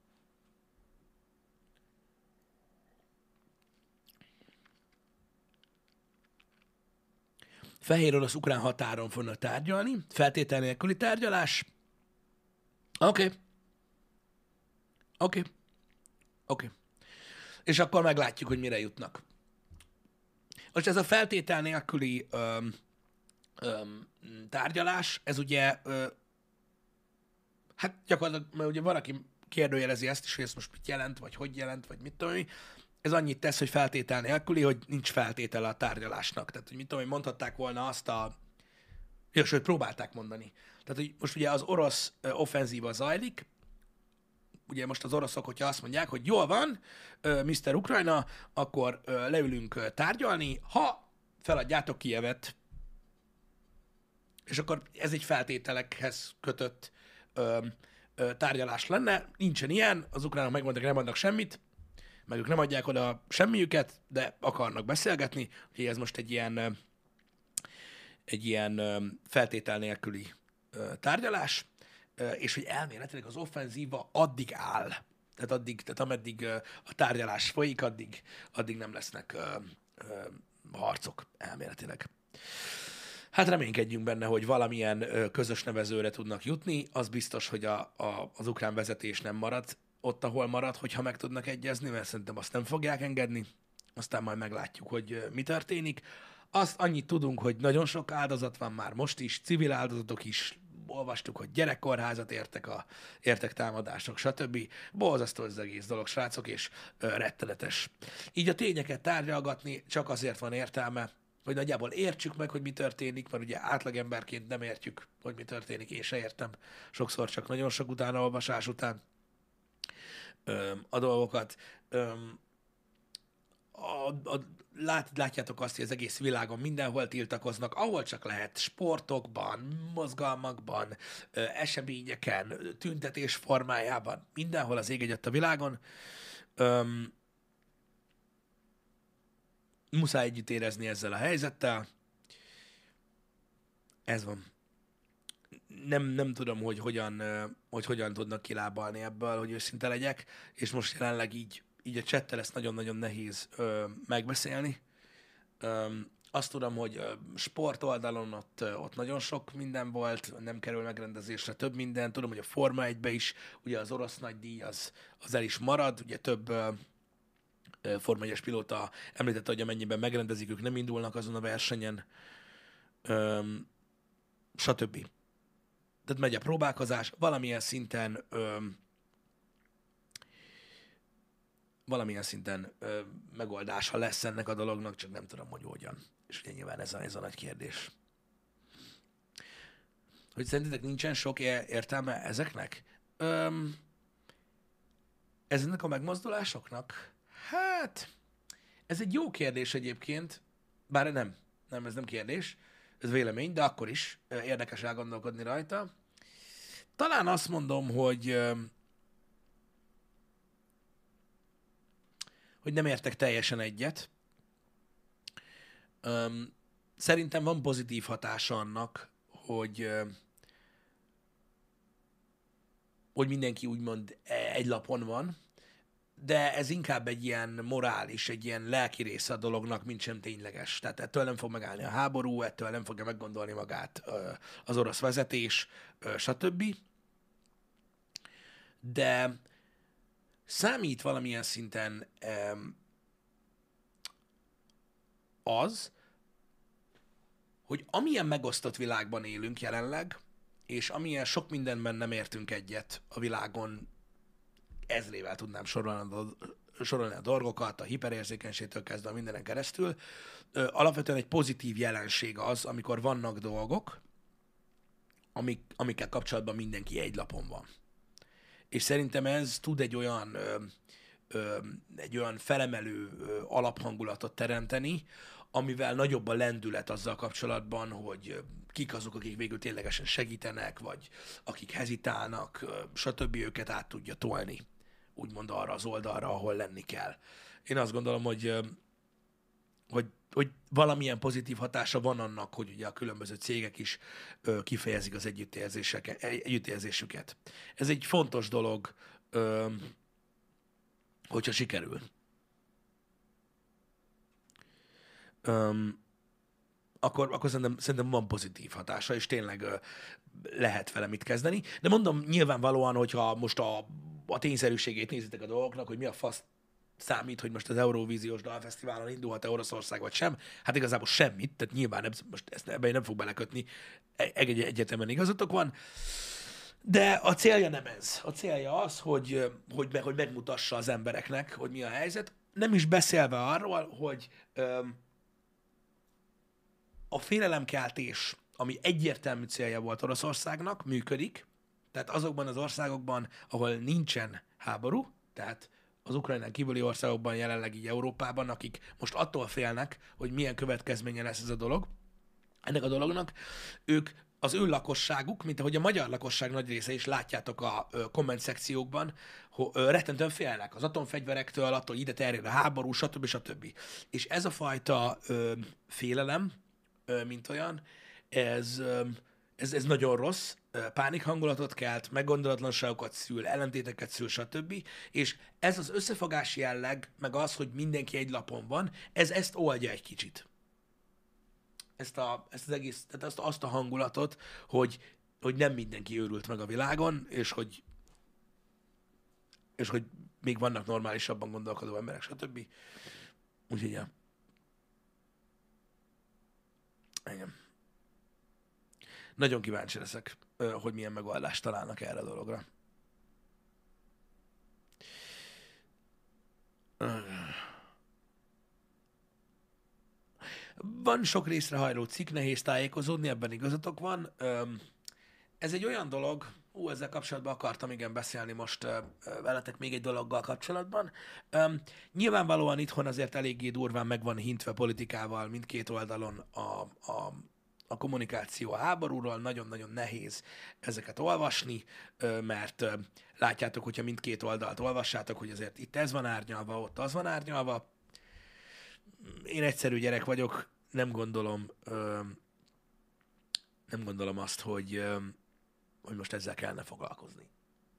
Fehér orosz-ukrán határon fognak tárgyalni, feltétel nélküli tárgyalás. Oké. És akkor meglátjuk, hogy mire jutnak. Most ez a feltétel nélküli tárgyalás, ez ugye, hát gyakorlatilag, mert ugye van, aki kérdőjelezi ezt is, hogy ez most mit jelent, vagy hogy jelent, vagy mit tudom én. Ez annyit tesz, hogy feltétel nélküli, hogy nincs feltétele a tárgyalásnak. Tehát, hogy mit tudom én, mondhatták volna azt sőt, próbálták mondani. Tehát, hogy most ugye az orosz offenzíva zajlik, ugye most az oroszok, hogyha azt mondják, hogy jól van, Mr. Ukrajna, akkor leülünk tárgyalni, ha feladjátok Kijevet, és akkor ez egy feltételekhez kötött tárgyalás lenne. Nincsen ilyen, az ukránok megmondják, nem adnak semmit, meg ők nem adják oda semmiüket, de akarnak beszélgetni, úgyhogy ez most egy ilyen feltétel nélküli tárgyalás, és hogy elméletileg az offenzíva addig áll. Tehát ameddig a tárgyalás folyik, addig nem lesznek harcok elméletileg. Hát reménykedjünk benne, hogy valamilyen közös nevezőre tudnak jutni. Az biztos, hogy az ukrán vezetés nem marad ott, ahol marad, hogyha meg tudnak egyezni, mert szerintem azt nem fogják engedni. Aztán majd meglátjuk, hogy mi történik. Azt annyit tudunk, hogy nagyon sok áldozat van már most is, civil áldozatok is, olvastuk, hogy gyerekkorházat értek támadások, stb. Borzasztó az egész dolog, srácok, és rettenetes. Így a tényeket tárgyalgatni csak azért van értelme, hogy nagyjából értsük meg, hogy mi történik, mert ugye átlagemberként nem értjük, hogy mi történik, én se értem. Sokszor csak nagyon sok utánaolvasás után a dolgokat. Látjátok azt, hogy az egész világon mindenhol tiltakoznak, ahol csak lehet, sportokban, mozgalmakban, eseményeken, tüntetés formájában, mindenhol az ég egyet a világon. Muszáj együtt érezni ezzel a helyzettel. Ez van. Nem tudom, hogy hogyan tudnak kilábalni ebből, hogy őszinte legyek, és most jelenleg így a csettel ezt nagyon-nagyon nehéz megbeszélni. Azt tudom, hogy sport oldalon ott nagyon sok minden volt, nem kerül megrendezésre több minden. Tudom, hogy a Forma 1-be is ugye az orosz nagydíj az el is marad, ugye több Forma 1-es pilóta említette, hogy amennyiben megrendezik, ők nem indulnak azon a versenyen, stb. Tehát megy a próbálkozás, valamilyen szinten megoldása lesz ennek a dolognak, csak nem tudom, hogy hogyan. És ugye nyilván ez a nagy kérdés. Hogy szerintetek nincsen sok értelme ezeknek? Ezeknek a megmozdulásoknak? Hát, ez egy jó kérdés egyébként, bár nem, ez nem kérdés, ez vélemény, de akkor is érdekes elgondolkodni rajta. Talán azt mondom, hogy nem értek teljesen egyet. Szerintem van pozitív hatása annak, hogy mindenki úgymond egy lapon van, de ez inkább egy ilyen morális, egy ilyen lelki része a dolognak, mint sem tényleges. Tehát ettől nem fog megállni a háború, ettől nem fogja meggondolni magát az orosz vezetés, stb. De számít valamilyen szinten az, hogy amilyen megosztott világban élünk jelenleg, és amilyen sok mindenben nem értünk egyet a világon, ezrével tudnám sorolni a dolgokat, a hiperérzékenységtől kezdve a mindenen keresztül. Alapvetően egy pozitív jelenség az, amikor vannak dolgok, amikkel kapcsolatban mindenki egy lapon van. És szerintem ez tud egy olyan felemelő alaphangulatot teremteni, amivel nagyobb a lendület azzal kapcsolatban, hogy kik azok, akik végül ténylegesen segítenek, vagy akik hezitálnak, stb. Őket át tudja tolni, úgymond arra az oldalra, ahol lenni kell. Én azt gondolom, hogy valamilyen pozitív hatása van annak, hogy ugye a különböző cégek is kifejezik az együttérzésüket. Ez egy fontos dolog, hogyha sikerül. Akkor szerintem van pozitív hatása, és tényleg lehet vele mit kezdeni. De mondom, nyilvánvalóan, hogyha most a tényszerűségét nézitek a dolgoknak, hogy mi a fasz számít, hogy most az Eurovíziós Dalfesztiválon indulhat-e Oroszország vagy sem, hát igazából semmit, tehát nyilván most ebben nem fog belekötni, egyetemen igazatok van, de a célja nem ez. A célja az, hogy megmutassa az embereknek, hogy mi a helyzet, nem is beszélve arról, hogy a félelemkeltés, ami egyértelmű célja volt Oroszországnak, működik, tehát azokban az országokban, ahol nincsen háború, tehát az Ukrajnán kívüli országokban, jelenleg így Európában, akik most attól félnek, hogy milyen következménye lesz ez a dolog, ennek a dolognak, az ő lakosságuk, mint ahogy a magyar lakosság nagy része is látjátok a komment szekciókban, rettentően félnek az atomfegyverektől, attól, hogy ide terjed a háború, stb. És ez a fajta félelem, mint olyan, ez nagyon rossz, pánikhangulatot kelt, meggondolatlanságokat szül, ellentéteket szül, stb. És ez az összefogás jelleg, meg az, hogy mindenki egy lapon van, ezt oldja egy kicsit. Ezt az egész, tehát azt a hangulatot, hogy nem mindenki őrült meg a világon, és hogy még vannak normálisabban gondolkodó emberek, stb. Úgyhogy, ja. Igen. Nagyon kíváncsi leszek, hogy milyen megoldást találnak erre a dologra. Van sok részrehajló cikk, nehéz tájékozódni, ebben igazatok van. Ez egy olyan dolog, ezzel kapcsolatban akartam igen beszélni most veletek még egy dologgal kapcsolatban. Nyilvánvalóan itthon azért eléggé durván meg van hintve politikával mindkét oldalon a kommunikáció a háborúról, nagyon-nagyon nehéz ezeket olvasni, mert látjátok, hogyha mindkét oldalt olvassátok, hogy azért itt ez van árnyalva, ott az van árnyalva. Én egyszerű gyerek vagyok, nem gondolom azt, hogy most ezzel kellene foglalkozni.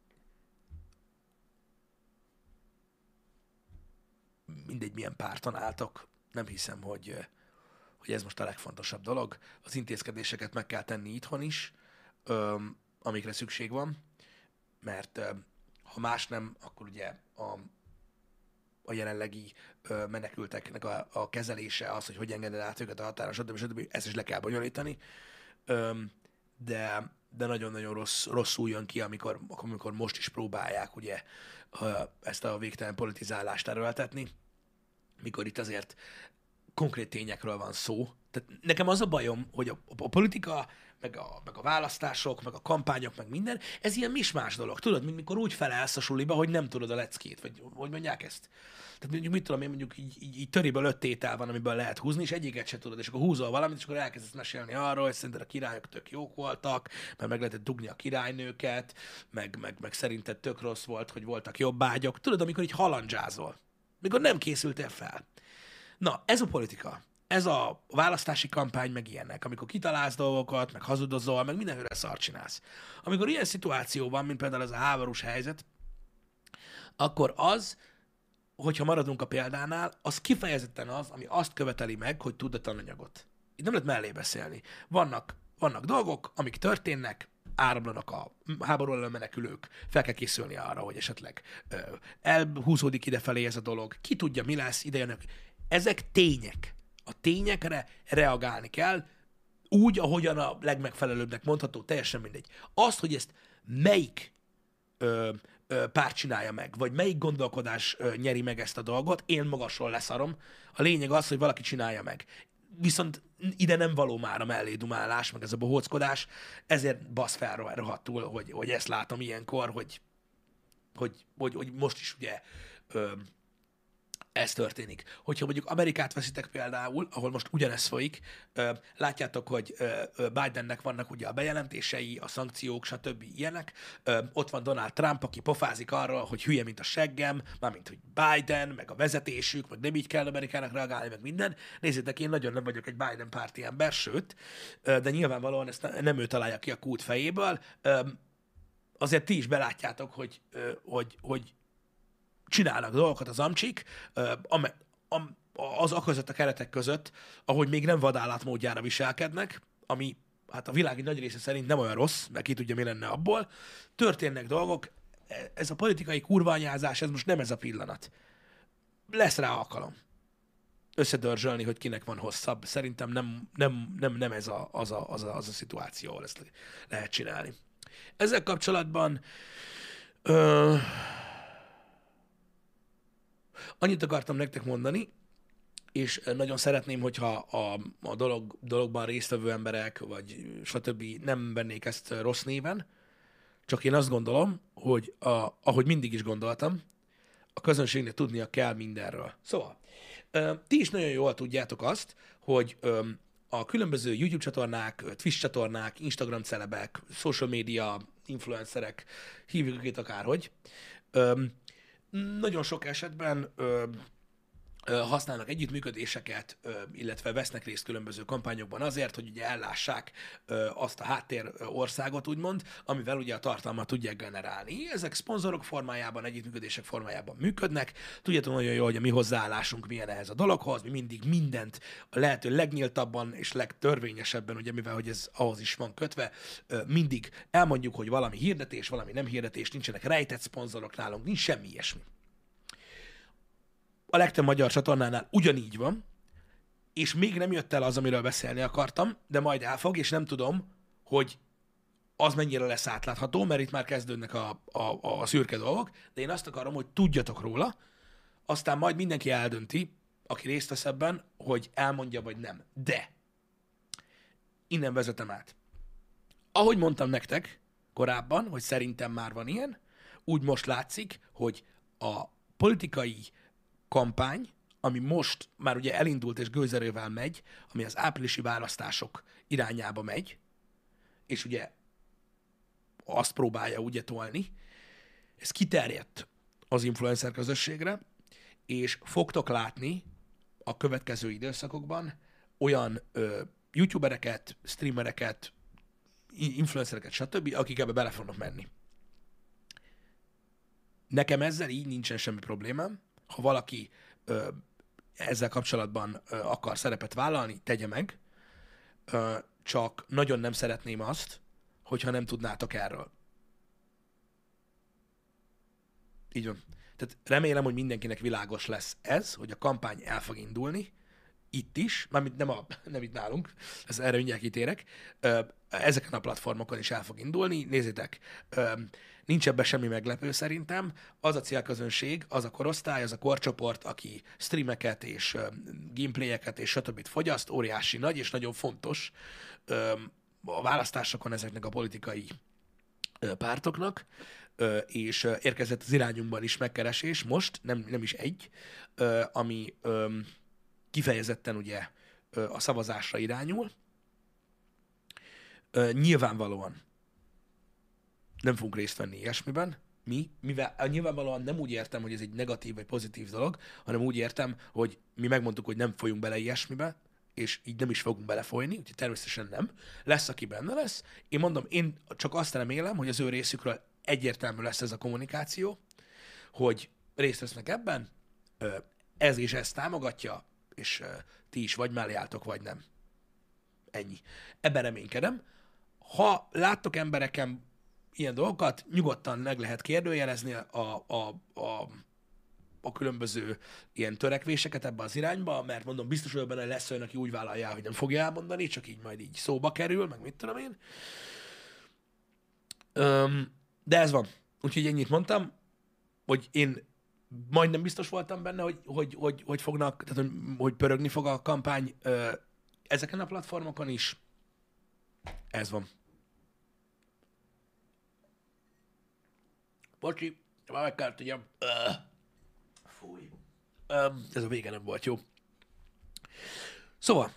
Mindegy, milyen párton álltok, nem hiszem, hogy ez most a legfontosabb dolog. Az intézkedéseket meg kell tenni itthon is, amikre szükség van, mert ha más nem, akkor ugye a jelenlegi menekülteknek a kezelése, az, hogy engeded át őket a határon, stb. Ezt is le kell bonyolítani, de nagyon-nagyon rosszul jön ki, amikor most is próbálják ugye ezt a végtelen politizálást erőltetni, mikor itt azért konkrét tényekről van szó. Tehát nekem az a bajom, hogy a politika, meg a választások, meg a kampányok, meg minden, ez ilyen mismás dolog. Tudod, mint mikor úgy felelsz a suliba, hogy nem tudod a leckét, vagy hogy mondják ezt? Tehát mondjuk mit tudom én, mondjuk így töréből 5 tétel van, amiből lehet húzni, és egyiket se tudod, és akkor húzol valamit, és akkor elkezdesz mesélni arról, hogy szerinted a királyok tök jók voltak, mert meg lehetett dugni a királynőket, meg szerinted tök rossz volt, hogy voltak jobb ágyok. Tudod, amikor így halandzsázol, mikor nem készültél fel. Na, ez a politika. Ez a választási kampány, meg ilyenek, amikor kitalálsz dolgokat, meg hazudozol, meg mindenféle szart csinálsz. Amikor ilyen szituáció van, mint például ez a háborús helyzet, akkor az, hogyha maradunk a példánál, az kifejezetten az, ami azt követeli meg, hogy tudd a tananyagot. Itt nem lehet mellé beszélni. Vannak dolgok, amik történnek, áramlanak a háború elől menekülők, fel kell készülni arra, hogy esetleg elhúzódik idefelé ez a dolog, ki tudja, mi lesz, ide jönnek. Ezek tények. A tényekre reagálni kell, úgy, ahogyan a legmegfelelőbbnek mondható, teljesen mindegy. Azt, hogy ezt melyik párt csinálja meg, vagy melyik gondolkodás nyeri meg ezt a dolgot, én magasról leszarom. A lényeg az, hogy valaki csinálja meg. Viszont ide nem való már a mellédumálás, meg ez a bohóckodás, ezért basz fel rohadtul, hogy ezt látom ilyenkor, hogy most is ugye ez történik. Hogyha mondjuk Amerikát veszitek például, ahol most ugyanez folyik, látjátok, hogy Bidennek vannak ugye a bejelentései, a szankciók, stb. Ilyenek. Ott van Donald Trump, aki pofázik arra, hogy hülye, mint a seggem, mármint, hogy Biden, meg a vezetésük, meg nem így kell Amerikának reagálni, meg minden. Nézzétek, én nagyon nem vagyok egy Biden párti ember, sőt, de nyilvánvalóan ezt nem ő találja ki a kút fejéből. Azért ti is belátjátok, hogy csinálnak dolgokat az amcsik, az között a keretek között, ahogy még nem vadállatmódjára viselkednek, ami hát a világ nagy része szerint nem olyan rossz, mert ki tudja, mi lenne abból. Történnek dolgok, ez a politikai kurványázás, ez most nem ez a pillanat. Lesz rá alkalom összedörzsölni, hogy kinek van hosszabb. Szerintem nem ez az a szituáció, ahol ezt lehet csinálni. Ezzel kapcsolatban annyit akartam nektek mondani, és nagyon szeretném, hogyha a dologban résztvevő emberek, vagy stb. Nem vennék ezt rossz néven, csak én azt gondolom, hogy ahogy mindig is gondoltam, a közönségnek tudnia kell mindenről. Szóval, ti is nagyon jól tudjátok azt, hogy a különböző YouTube csatornák, Twitch csatornák, Instagram celebek, social media influencerek, hívjuk őket akárhogy, nagyon sok esetben használnak együttműködéseket, illetve vesznek részt különböző kampányokban azért, hogy ugye ellássák azt a háttér országot, úgymond, amivel ugye a tartalmat tudják generálni. Ezek szponzorok formájában, együttműködések formájában működnek. Tudjátok nagyon jól, hogy a mi hozzáállásunk milyen ehhez a dologhoz, mi mindig mindent a lehető legnyíltabban és legtörvényesebben, ugye mivel hogy ez ahhoz is van kötve, mindig elmondjuk, hogy valami hirdetés, valami nem hirdetés, nincsenek rejtett szponzorok nálunk, nincs semmi ilyesmi. A legtöbb magyar csatornánál ugyanígy van, és még nem jött el az, amiről beszélni akartam, de majd elfog, és nem tudom, hogy az mennyire lesz átlátható, mert itt már kezdődnek a szürke dolgok, de én azt akarom, hogy tudjatok róla, aztán majd mindenki eldönti aki részt vesz ebben, hogy elmondja vagy nem. De innen vezetem át. Ahogy mondtam nektek korábban, hogy szerintem már van ilyen, úgy most látszik, hogy a politikai kampány, ami most már ugye elindult és gőzerővel megy, ami az áprilisi választások irányába megy, és ugye azt próbálja ugye tolni, ez kiterjedt az influencer közösségre, és fogtok látni a következő időszakokban olyan youtubereket, streamereket, influencereket, stb., akik ebbe bele fognak menni. Nekem ezzel így nincsen semmi problémám. Ha valaki ezzel kapcsolatban akar szerepet vállalni, tegye meg. Csak nagyon nem szeretném azt, hogyha nem tudnátok erről. Így van. Tehát remélem, hogy mindenkinek világos lesz ez, hogy a kampány el fog indulni, itt is, mármint nem itt nálunk, erre mindjárt kitérek, ezeken a platformokon is el fog indulni. Nézzétek, nincs ebben semmi meglepő szerintem. Az a célközönség, az a korosztály, az a korcsoport, aki streameket és gameplayeket és stb. Fogyaszt, óriási nagy és nagyon fontos a választásokon ezeknek a politikai pártoknak, és érkezett az irányunkban is megkeresés, most, nem is egy, ami kifejezetten ugye a szavazásra irányul. Nyilvánvalóan nem fogunk részt venni ilyesmiben, mivel nyilvánvalóan nem úgy értem, hogy ez egy negatív vagy pozitív dolog, hanem úgy értem, hogy mi megmondtuk, hogy nem folyunk bele ilyesmibe, és így nem is fogunk belefolyni, úgyhogy természetesen nem. Lesz, aki benne lesz. Én mondom, én csak azt remélem, hogy az ő részükről egyértelmű lesz ez a kommunikáció, hogy részt vesznek ebben, ez és ezt támogatja, és ti is vagy mellé álltok, vagy nem. Ennyi. Ebben reménykedem. Ha láttok embereken ilyen dolgokat, nyugodtan meg lehet kérdőjelezni a különböző ilyen törekvéseket ebbe az irányba, mert mondom, biztos vagyok benne, hogy lesz olyan, aki úgy vállalja, hogy nem fogja elmondani, csak így majd így szóba kerül, meg mit tudom én. De ez van. Úgyhogy ennyit mondtam, hogy én majdnem biztos voltam benne, hogy fognak, tehát hogy pörögni fog a kampány ezeken a platformokon is. Ez van. Bocsi, már meg kell tudjam. Fúj. Ez a vége nem volt jó. Szóval,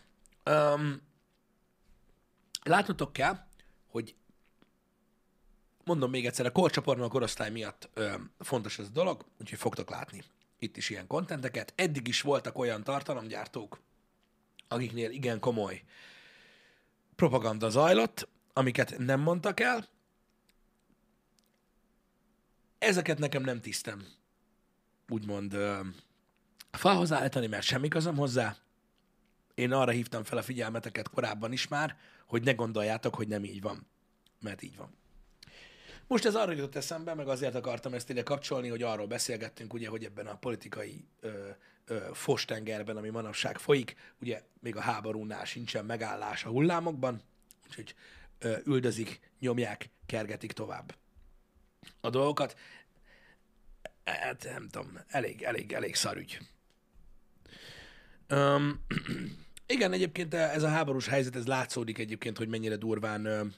látnotok kell, hogy mondom még egyszer, a korcsoportban a korosztály miatt fontos ez a dolog, úgyhogy fogtok látni itt is ilyen kontenteket. Eddig is voltak olyan tartalomgyártók, akiknél igen komoly propaganda zajlott, amiket nem mondtak el. Ezeket nekem nem tisztem, úgymond falhoz állítani, mert semmi közöm hozzá. Én arra hívtam fel a figyelmeteket korábban is már, hogy ne gondoljátok, hogy nem így van, mert így van. Most ez arra jutott eszembe, meg azért akartam ezt ide kapcsolni, hogy arról beszélgettünk, ugye, hogy ebben a politikai fostengerben, ami manapság folyik, ugye még a háborúnál sincsen megállás a hullámokban, úgyhogy üldözik, nyomják, kergetik tovább a dolgokat. Hát nem tudom, elég szarügy. Igen, egyébként ez a háborús helyzet, ez látszódik egyébként, hogy mennyire durván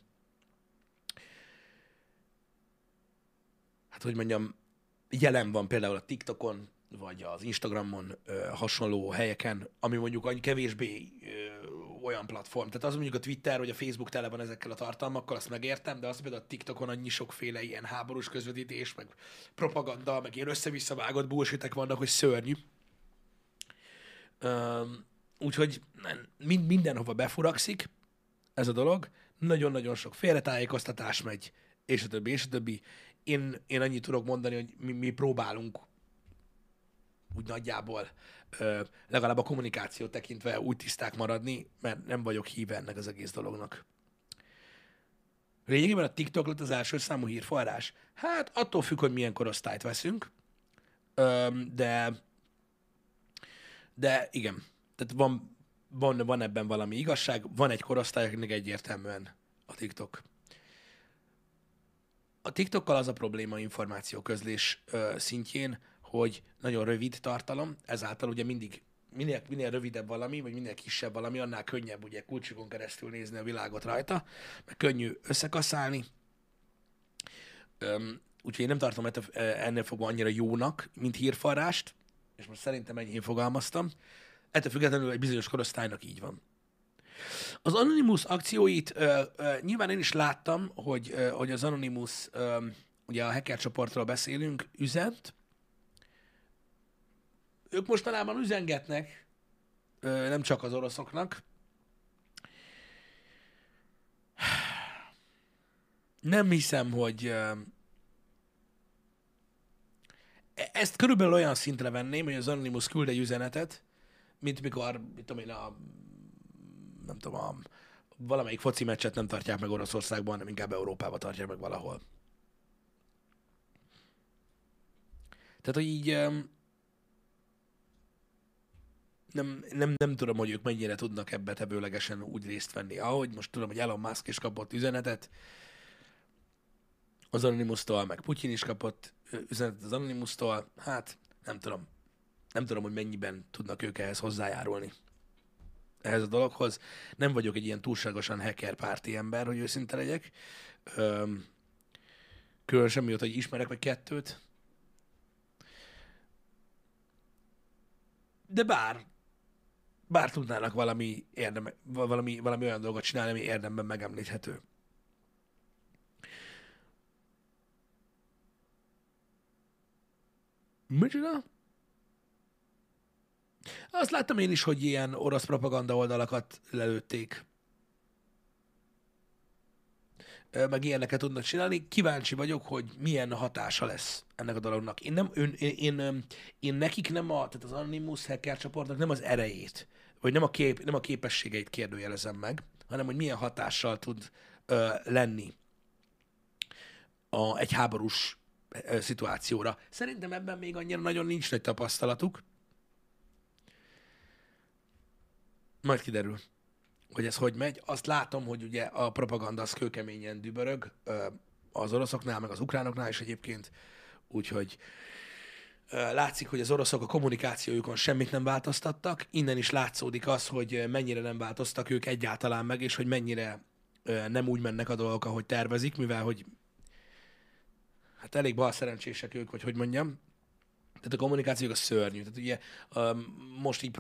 hát hogy mondjam, jelen van például a TikTokon, vagy az Instagramon hasonló helyeken, ami mondjuk annyi kevésbé olyan platform. Tehát az mondjuk a Twitter, vagy a Facebook tele van ezekkel a tartalmakkal, azt megértem, de az például a TikTokon annyi sokféle ilyen háborús közvetítés, meg propaganda, meg ilyen össze-visszavágott bullshitek vannak, hogy szörnyű. Úgyhogy mindenhova befurakszik ez a dolog, nagyon-nagyon sok félretájékoztatás megy, és a többi, és a többi. Én annyit tudok mondani, hogy mi próbálunk úgy nagyjából legalább a kommunikációt tekintve úgy tiszták maradni, mert nem vagyok híve ennek az egész dolognak. Lényegében a TikTok lett az első számú hírforrás. Hát attól függ, hogy milyen korosztályt veszünk, de igen, tehát van ebben valami igazság, van egy korosztály, akinek egyértelműen a TikTok. A TikTokkal az a probléma információközlés szintjén, hogy nagyon rövid tartalom, ezáltal ugye mindig minél rövidebb valami, vagy minél kisebb valami, annál könnyebb ugye kulcsokon keresztül nézni a világot rajta, meg könnyű összekaszálni. Úgyhogy én nem tartom ennél fogva annyira jónak, mint hírforrást, és most szerintem enyhén fogalmaztam. Ettől függetlenül egy bizonyos korosztálynak így van. Az Anonymous akcióit nyilván én is láttam, hogy az Anonymous, ugye a hacker csoportról beszélünk, üzent. Ők mostanában üzengetnek, nem csak az oroszoknak. Nem hiszem, hogy ezt körülbelül olyan szintre venném, hogy az Anonymous küld egy üzenetet, mint mikor, mit tudom én, nem tudom, valamelyik foci meccset nem tartják meg Oroszországban, hanem inkább Európában tartják meg valahol. Tehát, hogy így nem tudom, hogy ők mennyire tudnak ebbe tevőlegesen úgy részt venni. Ahogy most tudom, hogy Elon Musk is kapott üzenetet az Anonymous-tól, meg Putyin is kapott üzenetet az Anonymous-tól. Hát, nem tudom. Nem tudom, hogy mennyiben tudnak ők ehhez hozzájárulni. Ehhez a dologhoz. Nem vagyok egy ilyen túlságosan hacker párti ember, hogy őszinte legyek. Különösen mióta, hogy ismerek meg kettőt. De bár tudnának valami olyan dolgot csinálni, ami érdemben megemlíthető. Micsoda? Azt láttam én is, hogy ilyen orosz propaganda oldalakat lelőtték. Meg ilyeneket tudnak csinálni. Kíváncsi vagyok, hogy milyen hatása lesz ennek a dolognak. Én nekik nem tehát az Anonymous hacker csoportnak nem az erejét, vagy nem a képességeit kérdőjelezem meg, hanem hogy milyen hatással tud lenni egy háborús szituációra. Szerintem ebben még annyira nagyon nincs nagy tapasztalatuk. Majd kiderül, hogy ez hogy megy. Azt látom, hogy ugye a propaganda az kőkeményen dübörög az oroszoknál, meg az ukránoknál is egyébként, úgyhogy látszik, hogy az oroszok a kommunikációjukon semmit nem változtattak. Innen is látszódik az, hogy mennyire nem változtak ők egyáltalán meg, és hogy mennyire nem úgy mennek a dolgok, ahogy tervezik, mivel hogy hát elég balszerencsések ők, vagy hogy mondjam. Tehát a kommunikációk a szörnyű. Tehát ugye most így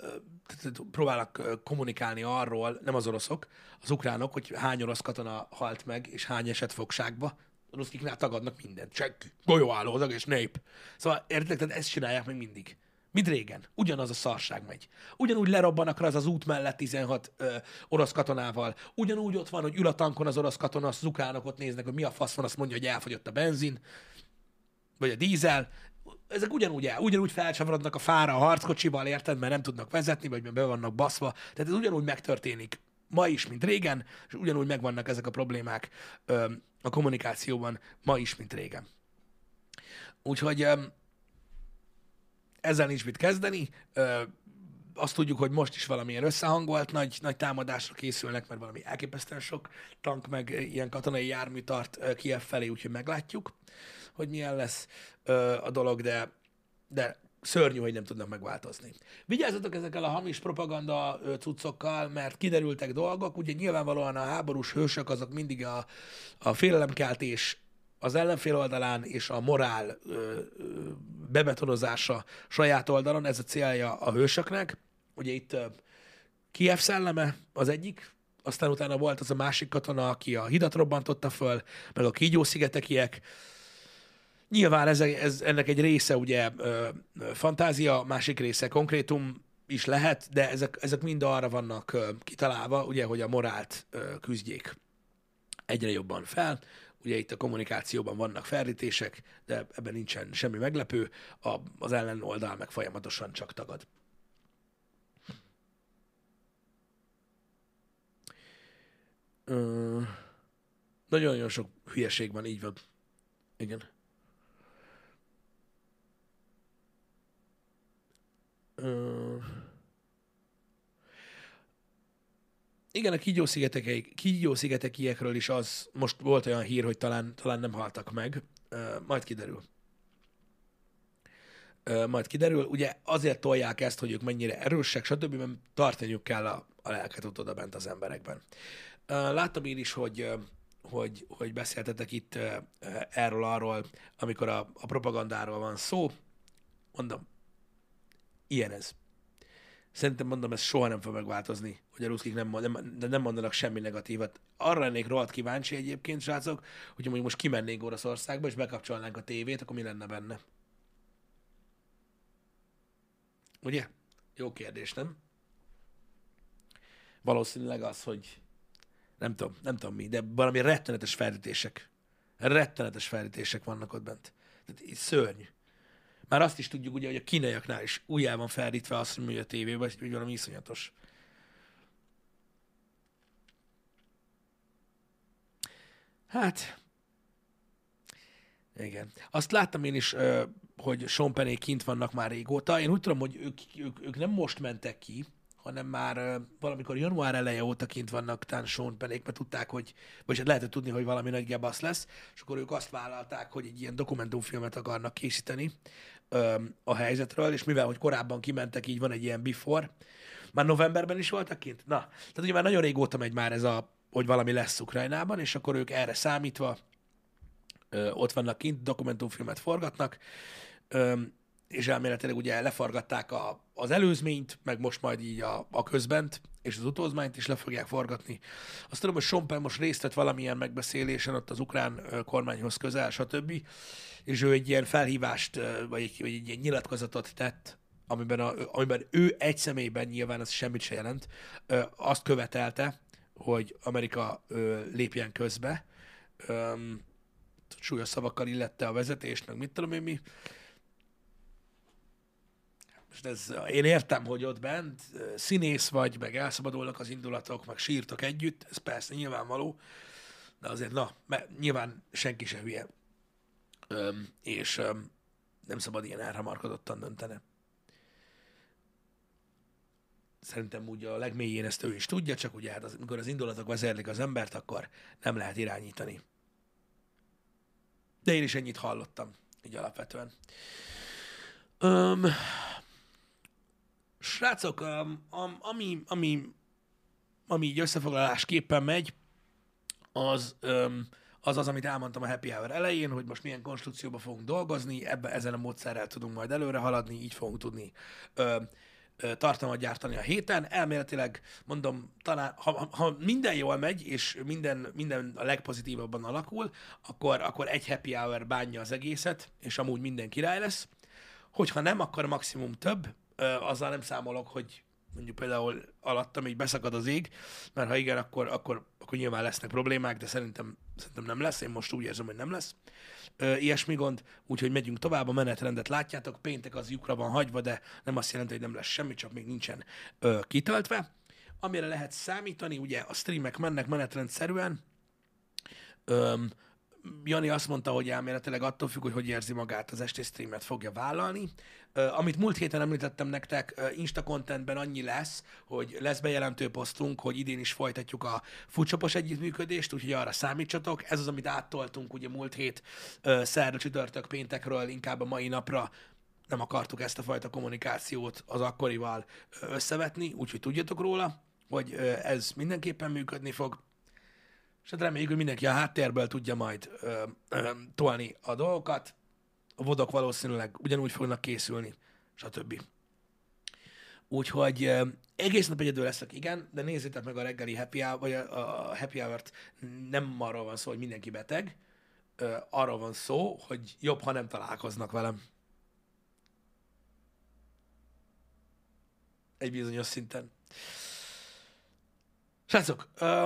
próbálnak kommunikálni arról, nem az oroszok, az ukránok, hogy hány orosz katona halt meg, és hány eset fogságba. A ruszkiknál tagadnak mindent. Senki. Golyóálló az egész nép. Szóval értitek, tehát ezt csinálják még mindig. Mint régen. Ugyanaz a szarság megy. Ugyanúgy lerobbanak rá az út mellett 16 orosz katonával. Ugyanúgy ott van, hogy ül a tankon az orosz katona, az ukránok ott néznek, hogy mi a fasz van, azt mondja, hogy elfogyott a benzin, vagy a dízel. Ezek ugyanúgy felcsavarodnak a fára a harckocsival, érted, mert nem tudnak vezetni, vagy mert be vannak baszva. Tehát ez ugyanúgy megtörténik ma is, mint régen, és ugyanúgy megvannak ezek a problémák a kommunikációban ma is, mint régen. Úgyhogy ezzel nincs mit kezdeni. Azt tudjuk, hogy most is valamilyen összehangolt nagy támadásra készülnek, mert valami elképesztően sok tank meg ilyen katonai jármű tart Kijev felé, úgyhogy meglátjuk, hogy milyen lesz a dolog, de szörnyű, hogy nem tudnak megváltozni. Vigyázzatok ezekkel a hamis propaganda cuccokkal, mert kiderültek dolgok, ugye nyilvánvalóan a háborús hősök azok mindig a félelemkeltés az ellenfél oldalán és a morál bebetonozása saját oldalon, ez a célja a hősöknek. Ugye itt Kijev szelleme az egyik, aztán utána volt az a másik katona, aki a hidat robbantotta föl, meg a Kígyó-szigetekiek. Nyilván ennek egy része ugye fantázia, másik része konkrétum is lehet, de ezek mind arra vannak kitalálva, ugye, hogy a morált küzdjék egyre jobban fel. Ugye itt a kommunikációban vannak ferdítések, de ebben nincsen semmi meglepő, az ellen oldal meg folyamatosan csak tagad. Nagyon-nagyon sok hülyeség van, így van. Igen. Igen, a Kígyó-szigetekiekről is most volt olyan hír, hogy talán nem haltak meg. Majd kiderül. majd kiderül. Ugye azért tolják ezt, hogy ők mennyire erősek, stb., mert tartaniuk kell a lelket ott oda bent az emberekben. Láttam én is, hogy beszéltetek itt erről-arról, amikor a propagandáról van szó. Mondom, ilyen ez. Szerintem mondom, ez soha nem fog megváltozni, hogy a ruszkik nem mondanak semmi negatívat. Arra lennék rohadt kíváncsi egyébként, srácok, hogyha mondjuk most kimennénk Oroszországba, és bekapcsolnánk a tévét, akkor mi lenne benne? Ugye? Jó kérdés, nem? Valószínűleg az, hogy nem tudom mi, de valami rettenetes felütések vannak ott bent. Tehát így szörnyű. Már azt is tudjuk ugye, hogy a kínaiaknál is újjá van felrítve azt, hogy a tévében, hogy valami iszonyatos. Hát, igen. Azt láttam én is, hogy Sean Pennék kint vannak már régóta. Én úgy tudom, hogy ők nem most mentek ki, hanem már valamikor január eleje óta kint vannak tán Sean Pennék, mert tudták, hogy, vagy hát lehetett tudni, hogy valami nagy gebasz lesz, és akkor ők azt vállalták, hogy egy ilyen dokumentumfilmet akarnak készíteni a helyzetről, és mivel, hogy korábban kimentek, így van egy ilyen before, már novemberben is voltak kint? Na, tehát ugye már nagyon régóta megy már ez hogy valami lesz Ukrajnában, és akkor ők erre számítva ott vannak kint, dokumentumfilmet forgatnak, és elméletileg ugye leforgatták az előzményt, meg most majd így a közbent, és az utózmányt is le fogják forgatni. Azt tudom, hogy Sean Penn most részt vett valamilyen megbeszélésen ott az ukrán kormányhoz közel, stb. És ő egy ilyen felhívást, vagy egy ilyen nyilatkozatot tett, amiben ő egy személyben, nyilván ez semmit se jelent, azt követelte, hogy Amerika lépjen közbe, súlyos szavakkal illette a vezetést, meg mit tudom én mi. Most én értem, hogy ott bent színész vagy, meg elszabadulnak az indulatok, meg sírtok együtt, ez persze nyilvánvaló, de azért nyilván senki se hülye. És nem szabad ilyen elhamarkodottan döntene. Szerintem úgy a legmélyén ezt ő is tudja, csak ugye hát amikor az indulatok vezérlik az embert, akkor nem lehet irányítani. De én is ennyit hallottam, így alapvetően. Srácok, ami így összefoglalásképpen megy, az, amit elmondtam a Happy Hour elején, hogy most milyen konstrukcióba fogunk dolgozni, ezen a módszerrel tudunk majd előre haladni, így fogunk tudni tartalmat gyártani a héten. Elméletileg mondom, talán, ha minden jól megy, és minden a legpozitívabban alakul, akkor egy Happy Hour bánja az egészet, és amúgy minden király lesz. Hogyha nem, akkor maximum több. Azzal nem számolok, hogy mondjuk például alattam így beszakad az ég, mert ha igen, akkor nyilván lesznek problémák, de szerintem nem lesz. Én most úgy érzem, hogy nem lesz ilyesmi gond, úgyhogy megyünk tovább, a menetrendet látjátok, péntek az lyukra van hagyva, de nem azt jelenti, hogy nem lesz semmi, csak még nincsen kitöltve. Amire lehet számítani, ugye a streamek mennek menetrendszerűen, Jani azt mondta, hogy elméletileg attól függ, hogy érzi magát, az esti streamet fogja vállalni. Amit múlt héten említettem nektek, Insta contentben annyi lesz, hogy lesz bejelentő posztunk, hogy idén is folytatjuk a futshopos együttműködést, úgyhogy arra számítsatok. Ez az, amit áttoltunk ugye múlt hét szerda, csütörtök, péntekről inkább a mai napra. Nem akartuk ezt a fajta kommunikációt az akkorival összevetni, úgyhogy tudjatok róla, hogy ez mindenképpen működni fog. És hát reméljük, hogy mindenki a háttérből tudja majd tolni a dolgokat. A vodok valószínűleg ugyanúgy fognak készülni, stb. Úgyhogy egész nap egyedül leszek, igen, de nézzétek meg a reggeli happy hour, vagy a happy hour-t. Nem arról van szó, hogy mindenki beteg, arról van szó, hogy jobb, ha nem találkoznak velem. Egy bizonyos szinten. Srácok,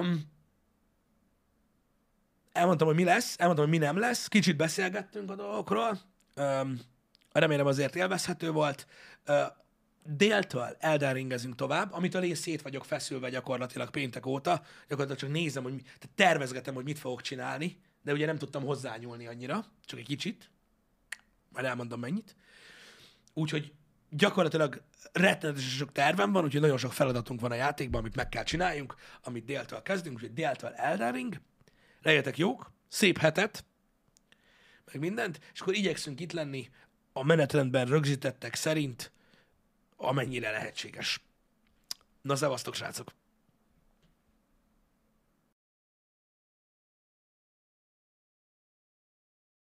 elmondtam, hogy mi lesz, elmondtam, hogy mi nem lesz, kicsit beszélgettünk a dolgokról, remélem azért élvezhető volt. Déltől Elden Ringezünk tovább, amitől én szét vagyok feszülve gyakorlatilag péntek óta, gyakorlatilag csak nézem, tehát tervezgetem, hogy mit fogok csinálni, de ugye nem tudtam hozzányúlni annyira, csak egy kicsit, majd elmondom mennyit. Úgyhogy gyakorlatilag rettenetesen sok tervem van, úgyhogy nagyon sok feladatunk van a játékban, amit meg kell csináljunk, amit déltől kezdünk, úgyhogy déltől Elden Ring. Legyetek jók, szép hetet, meg mindent, és akkor igyekszünk itt lenni a menetrendben rögzítettek szerint, amennyire lehetséges. Na, szevasztok, srácok!